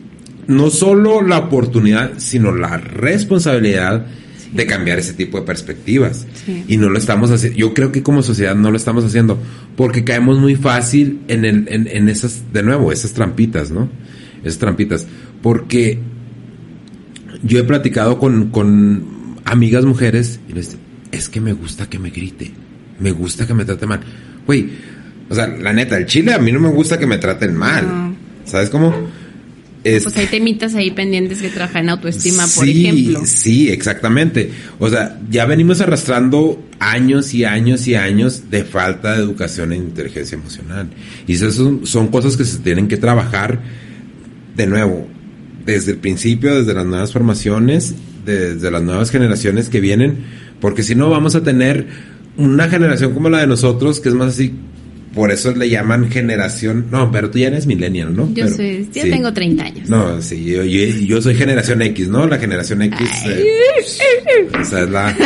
no solo la oportunidad, sino la responsabilidad de cambiar ese tipo de perspectivas. Sí. Y no lo estamos haciendo. Yo creo que como sociedad no lo estamos haciendo porque caemos muy fácil en el en, en esas, de nuevo, esas trampitas, ¿no? Esas trampitas. Porque yo he platicado con, con amigas mujeres y les digo, es que me gusta que me grite, me gusta que me trate mal. Güey, o sea, la neta, el chile a mí no me gusta que me traten mal. No. ¿Sabes cómo? Pues hay temitas ahí pendientes que trabajan en autoestima, sí, por ejemplo. Sí, exactamente. O sea, ya venimos arrastrando años y años y años de falta de educación en inteligencia emocional. Y esas son, son cosas que se tienen que trabajar de nuevo, desde el principio, desde las nuevas formaciones, desde las nuevas generaciones que vienen, porque si no vamos a tener una generación como la de nosotros, que es más así. Por eso le llaman generación... No, pero tú ya eres millennial, ¿no? Yo pero, soy... Ya sí. tengo treinta años. No, sí, yo, yo, yo soy generación X, ¿no? La generación X... Eh, esa es la...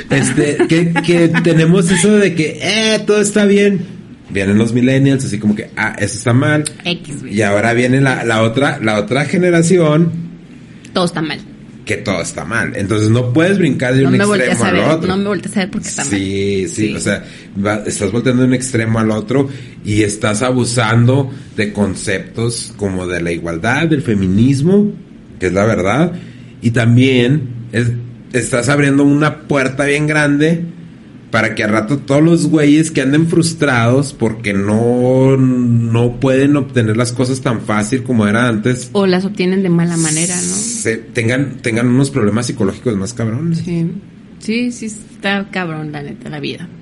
Este, que, que tenemos eso de que, eh, todo está bien. Vienen los millennials, así como que, ah, eso está mal. X, y ahora viene la, la otra, la otra generación. Todo está mal. Que todo está mal. Entonces no puedes brincar de no un me extremo a ver, al otro. No me voltees a ver porque está sí, mal. Sí, sí, o sea, va, estás volteando de un extremo al otro y estás abusando de conceptos como de la igualdad, del feminismo, que es la verdad, y también es, estás abriendo una puerta bien grande para que al rato todos los güeyes que anden frustrados porque no, no pueden obtener las cosas tan fácil como era antes. O las obtienen de mala manera, ¿no? Se, tengan, tengan unos problemas psicológicos más cabrones. Sí, sí, sí está cabrón la neta, la vida.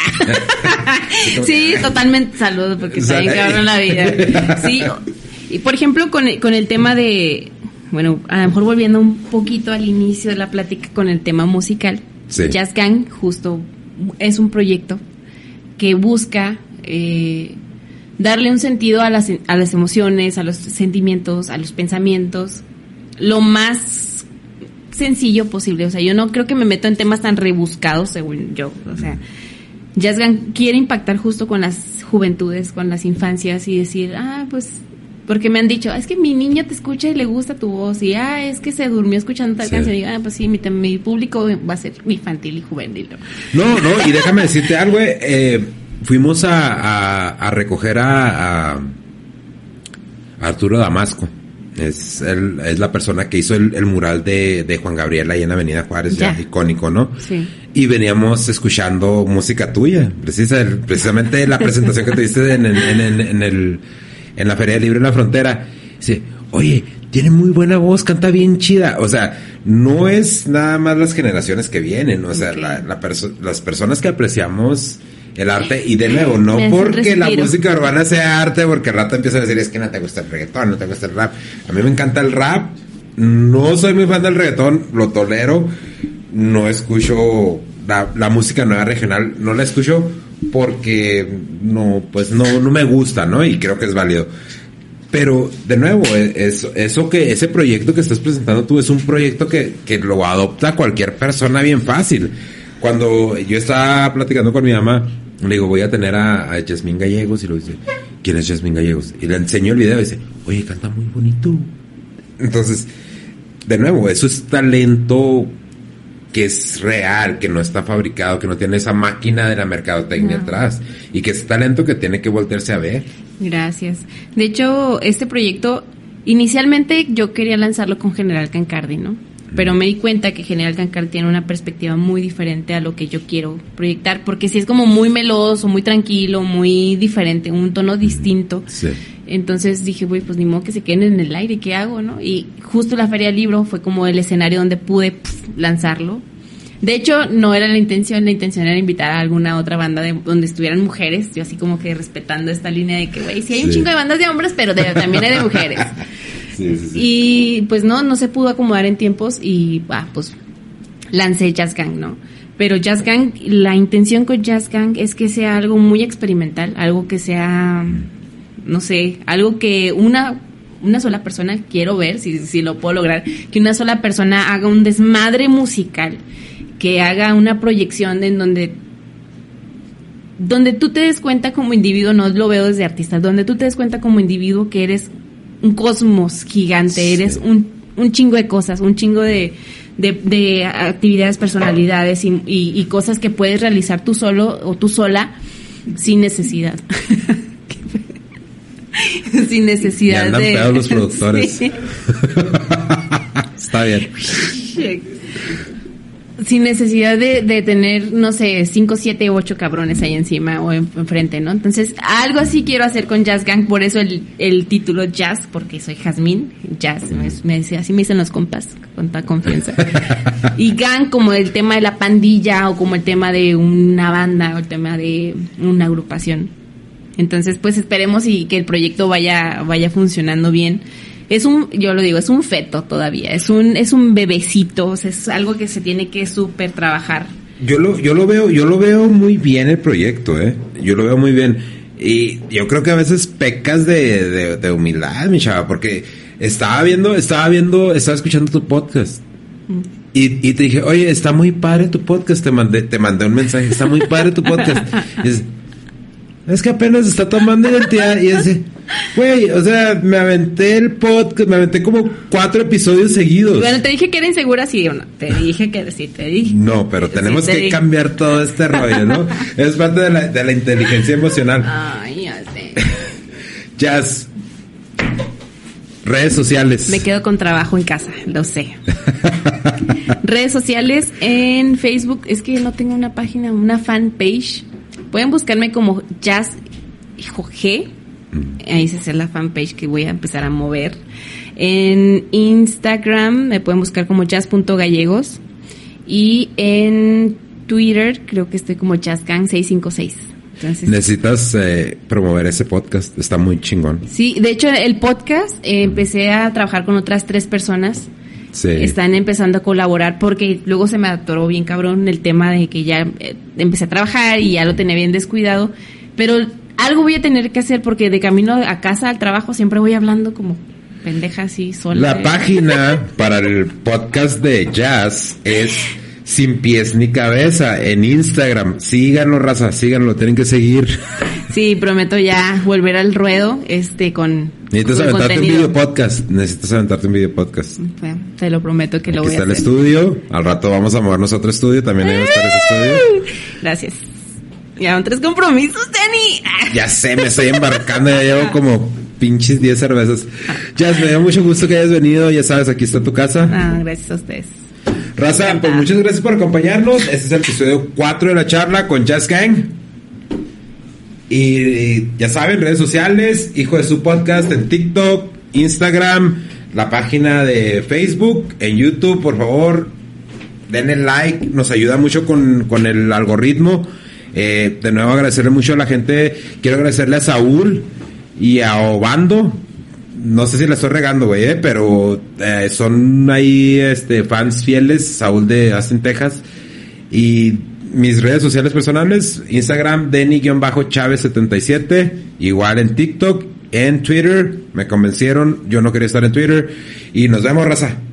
Sí, totalmente, saludos porque está bien cabrón la vida. Sí, y por ejemplo con el, con el tema de, bueno, a lo mejor volviendo un poquito al inicio de la plática con el tema musical, sí. Jazz Gang justo es un proyecto que busca eh, darle un sentido a las, a las emociones, a los sentimientos, a los pensamientos, lo más sencillo posible. O sea, yo no creo que me meto en temas tan rebuscados, según yo. O sea, Jazz Gang quiere impactar justo con las juventudes, con las infancias y decir, ah, pues, porque me han dicho, es que mi niño te escucha y le gusta tu voz, y ah, es que se durmió escuchando tal sí. canción, y digo, ah, pues sí, mi, mi público va a ser infantil y juvenil. No, no, y déjame decirte algo, eh, fuimos a, a, a recoger a, a Arturo Damasco. Es, el, es la persona que hizo el, el mural de, de Juan Gabriel ahí en Avenida Juárez, ya. Ya, icónico, ¿no? Sí. Y veníamos escuchando música tuya, precisa, precisamente la presentación que tuviste en, en, en, en, en el en la Feria Libre de la Frontera. Dice, oye, tiene muy buena voz, canta bien chida. O sea, no es nada más las generaciones que vienen, o sea, okay. la, la perso- las personas que apreciamos el arte, y de nuevo, no porque la música urbana sea arte, porque al rato empiezan a decir, es que no te gusta el reggaetón, no te gusta el rap. A mí me encanta el rap, no soy muy fan del reggaetón, lo tolero, no escucho la, la música nueva regional, no la escucho porque no, pues no, no me gusta, ¿no? Y creo que es válido. Pero, de nuevo, eso, eso que, ese proyecto que estás presentando tú es un proyecto que, que lo adopta cualquier persona bien fácil. Cuando yo estaba platicando con mi mamá, le digo, voy a tener a, a Yasmín Gallegos, y le dice, ¿quién es Yasmín Gallegos? Y le enseño el video y dice, oye, canta muy bonito. Entonces, de nuevo, eso es talento que es real, que no está fabricado, que no tiene esa máquina de la mercadotecnia no. atrás, y que es talento que tiene que voltearse a ver. Gracias. De hecho, este proyecto, inicialmente yo quería lanzarlo con General Cancardi, ¿no? Pero me di cuenta que General Cancardi tiene una perspectiva muy diferente a lo que yo quiero proyectar, porque sí es como muy meloso, muy tranquilo, muy diferente, un tono distinto. Sí. Entonces dije, güey, pues ni modo que se queden en el aire, ¿qué hago, no? Y justo la Feria del Libro fue como el escenario donde pude pff, lanzarlo. De hecho, no era la intención, la intención era invitar a alguna otra banda de, donde estuvieran mujeres, yo así como que respetando esta línea de que, güey, sí hay sí. un chingo de bandas de hombres, pero de, también hay de mujeres. Sí, sí, sí. Y pues no, no se pudo acomodar en tiempos y, ah, pues lancé Jazz Gang, ¿no? Pero Jazz Gang, la intención con Jazz Gang es que sea algo muy experimental, algo que sea, no sé, algo que una... una sola persona, quiero ver si, si lo puedo lograr, que una sola persona haga un desmadre musical, que haga una proyección en donde donde tú te des cuenta como individuo, no lo veo desde artista, donde tú te des cuenta como individuo que eres un cosmos gigante, sí. eres un, un chingo de cosas, un chingo de, de, de actividades, personalidades y, y, y cosas que puedes realizar tú solo o tú sola sin necesidad. Sin necesidad andan de... pegados los productores. Sí. Está bien. Sin necesidad de, de tener, no sé, cinco, siete, ocho cabrones ahí encima o en, enfrente, ¿no? Entonces, algo así quiero hacer con Jazz Gang, por eso el, el título Jazz, porque soy Jazmín, Jazz, me, me dice, así me dicen los compas, con toda confianza. Y Gang como el tema de la pandilla, o como el tema de una banda, o el tema de una agrupación. Entonces, pues esperemos y que el proyecto vaya vaya funcionando bien. Es un, yo lo digo, es un feto todavía, es un es un bebecito, o sea, es algo que se tiene que súper trabajar. Yo lo yo lo veo, yo lo veo muy bien el proyecto, eh. Yo lo veo muy bien. Y yo creo que a veces pecas de, de, de humildad, mi chava, porque estaba viendo, estaba viendo, estaba escuchando tu podcast. Mm. Y, y te dije, oye, está muy padre tu podcast. Te mandé, te mandé un mensaje, está muy padre tu podcast. Y es, es que apenas está tomando identidad. Y es, güey, o sea, me aventé el podcast, me aventé como cuatro episodios seguidos. Bueno, te dije que era insegura, sí o no. Te dije que sí, te dije. No, pero tenemos sí, que dije. cambiar todo este rollo, ¿no? Es parte de la, de la inteligencia emocional. Ay, ya sé. Jazz. Redes sociales. Me quedo con trabajo en casa, lo sé. Redes sociales en Facebook. Es que no tengo una página, una fanpage. Pueden buscarme como Jazz G. Ahí se hace la fanpage que voy a empezar a mover. En Instagram me pueden buscar como jazz punto gallegos. Y en Twitter creo que estoy como jazzgang seiscientos cincuenta y seis. Entonces, necesitas eh, promover ese podcast, está muy chingón. Sí, de hecho el podcast eh, empecé a trabajar con otras tres personas. Sí. Están empezando a colaborar porque luego se me atoró bien cabrón el tema de que ya eh, empecé a trabajar y ya lo tenía bien descuidado, pero algo voy a tener que hacer porque de camino a casa al trabajo siempre voy hablando como pendeja así sola. La eh. página para el podcast de Jazz es Sin Pies Ni Cabeza en Instagram. Síganlo, raza, síganlo, tienen que seguir. Sí, prometo ya volver al ruedo este con Necesitas con aventarte contenido. un video podcast. Necesitas aventarte un video podcast. Bueno, te lo prometo que lo Aquí voy a está hacer. el estudio. Al rato vamos a movernos a otro estudio. También ahí va a estar ese estudio. Gracias. Ya van tres compromisos, Dani. Ya sé, me estoy embarcando. Ya llevo como pinches diez cervezas. Ya, me dio mucho gusto que hayas venido. Ya sabes, aquí está tu casa. Ah, gracias a ustedes. Raza, pues muchas gracias por acompañarnos. Este es el episodio cuatro de la charla con Jazz Gang. Y ya saben, redes sociales, Hijo de su Podcast en TikTok, Instagram, la página de Facebook, en YouTube, por favor, denle like, nos ayuda mucho con, con el algoritmo. Eh, de nuevo agradecerle mucho a la gente, quiero agradecerle a Saúl y a Obando. No sé si la estoy regando, güey, eh, pero eh, son ahí este fans fieles, Saúl de Austin, Texas. Y mis redes sociales personales, Instagram, Denny-Chávez setenta y siete, igual en TikTok, en Twitter, me convencieron, yo no quería estar en Twitter. Y nos vemos, raza.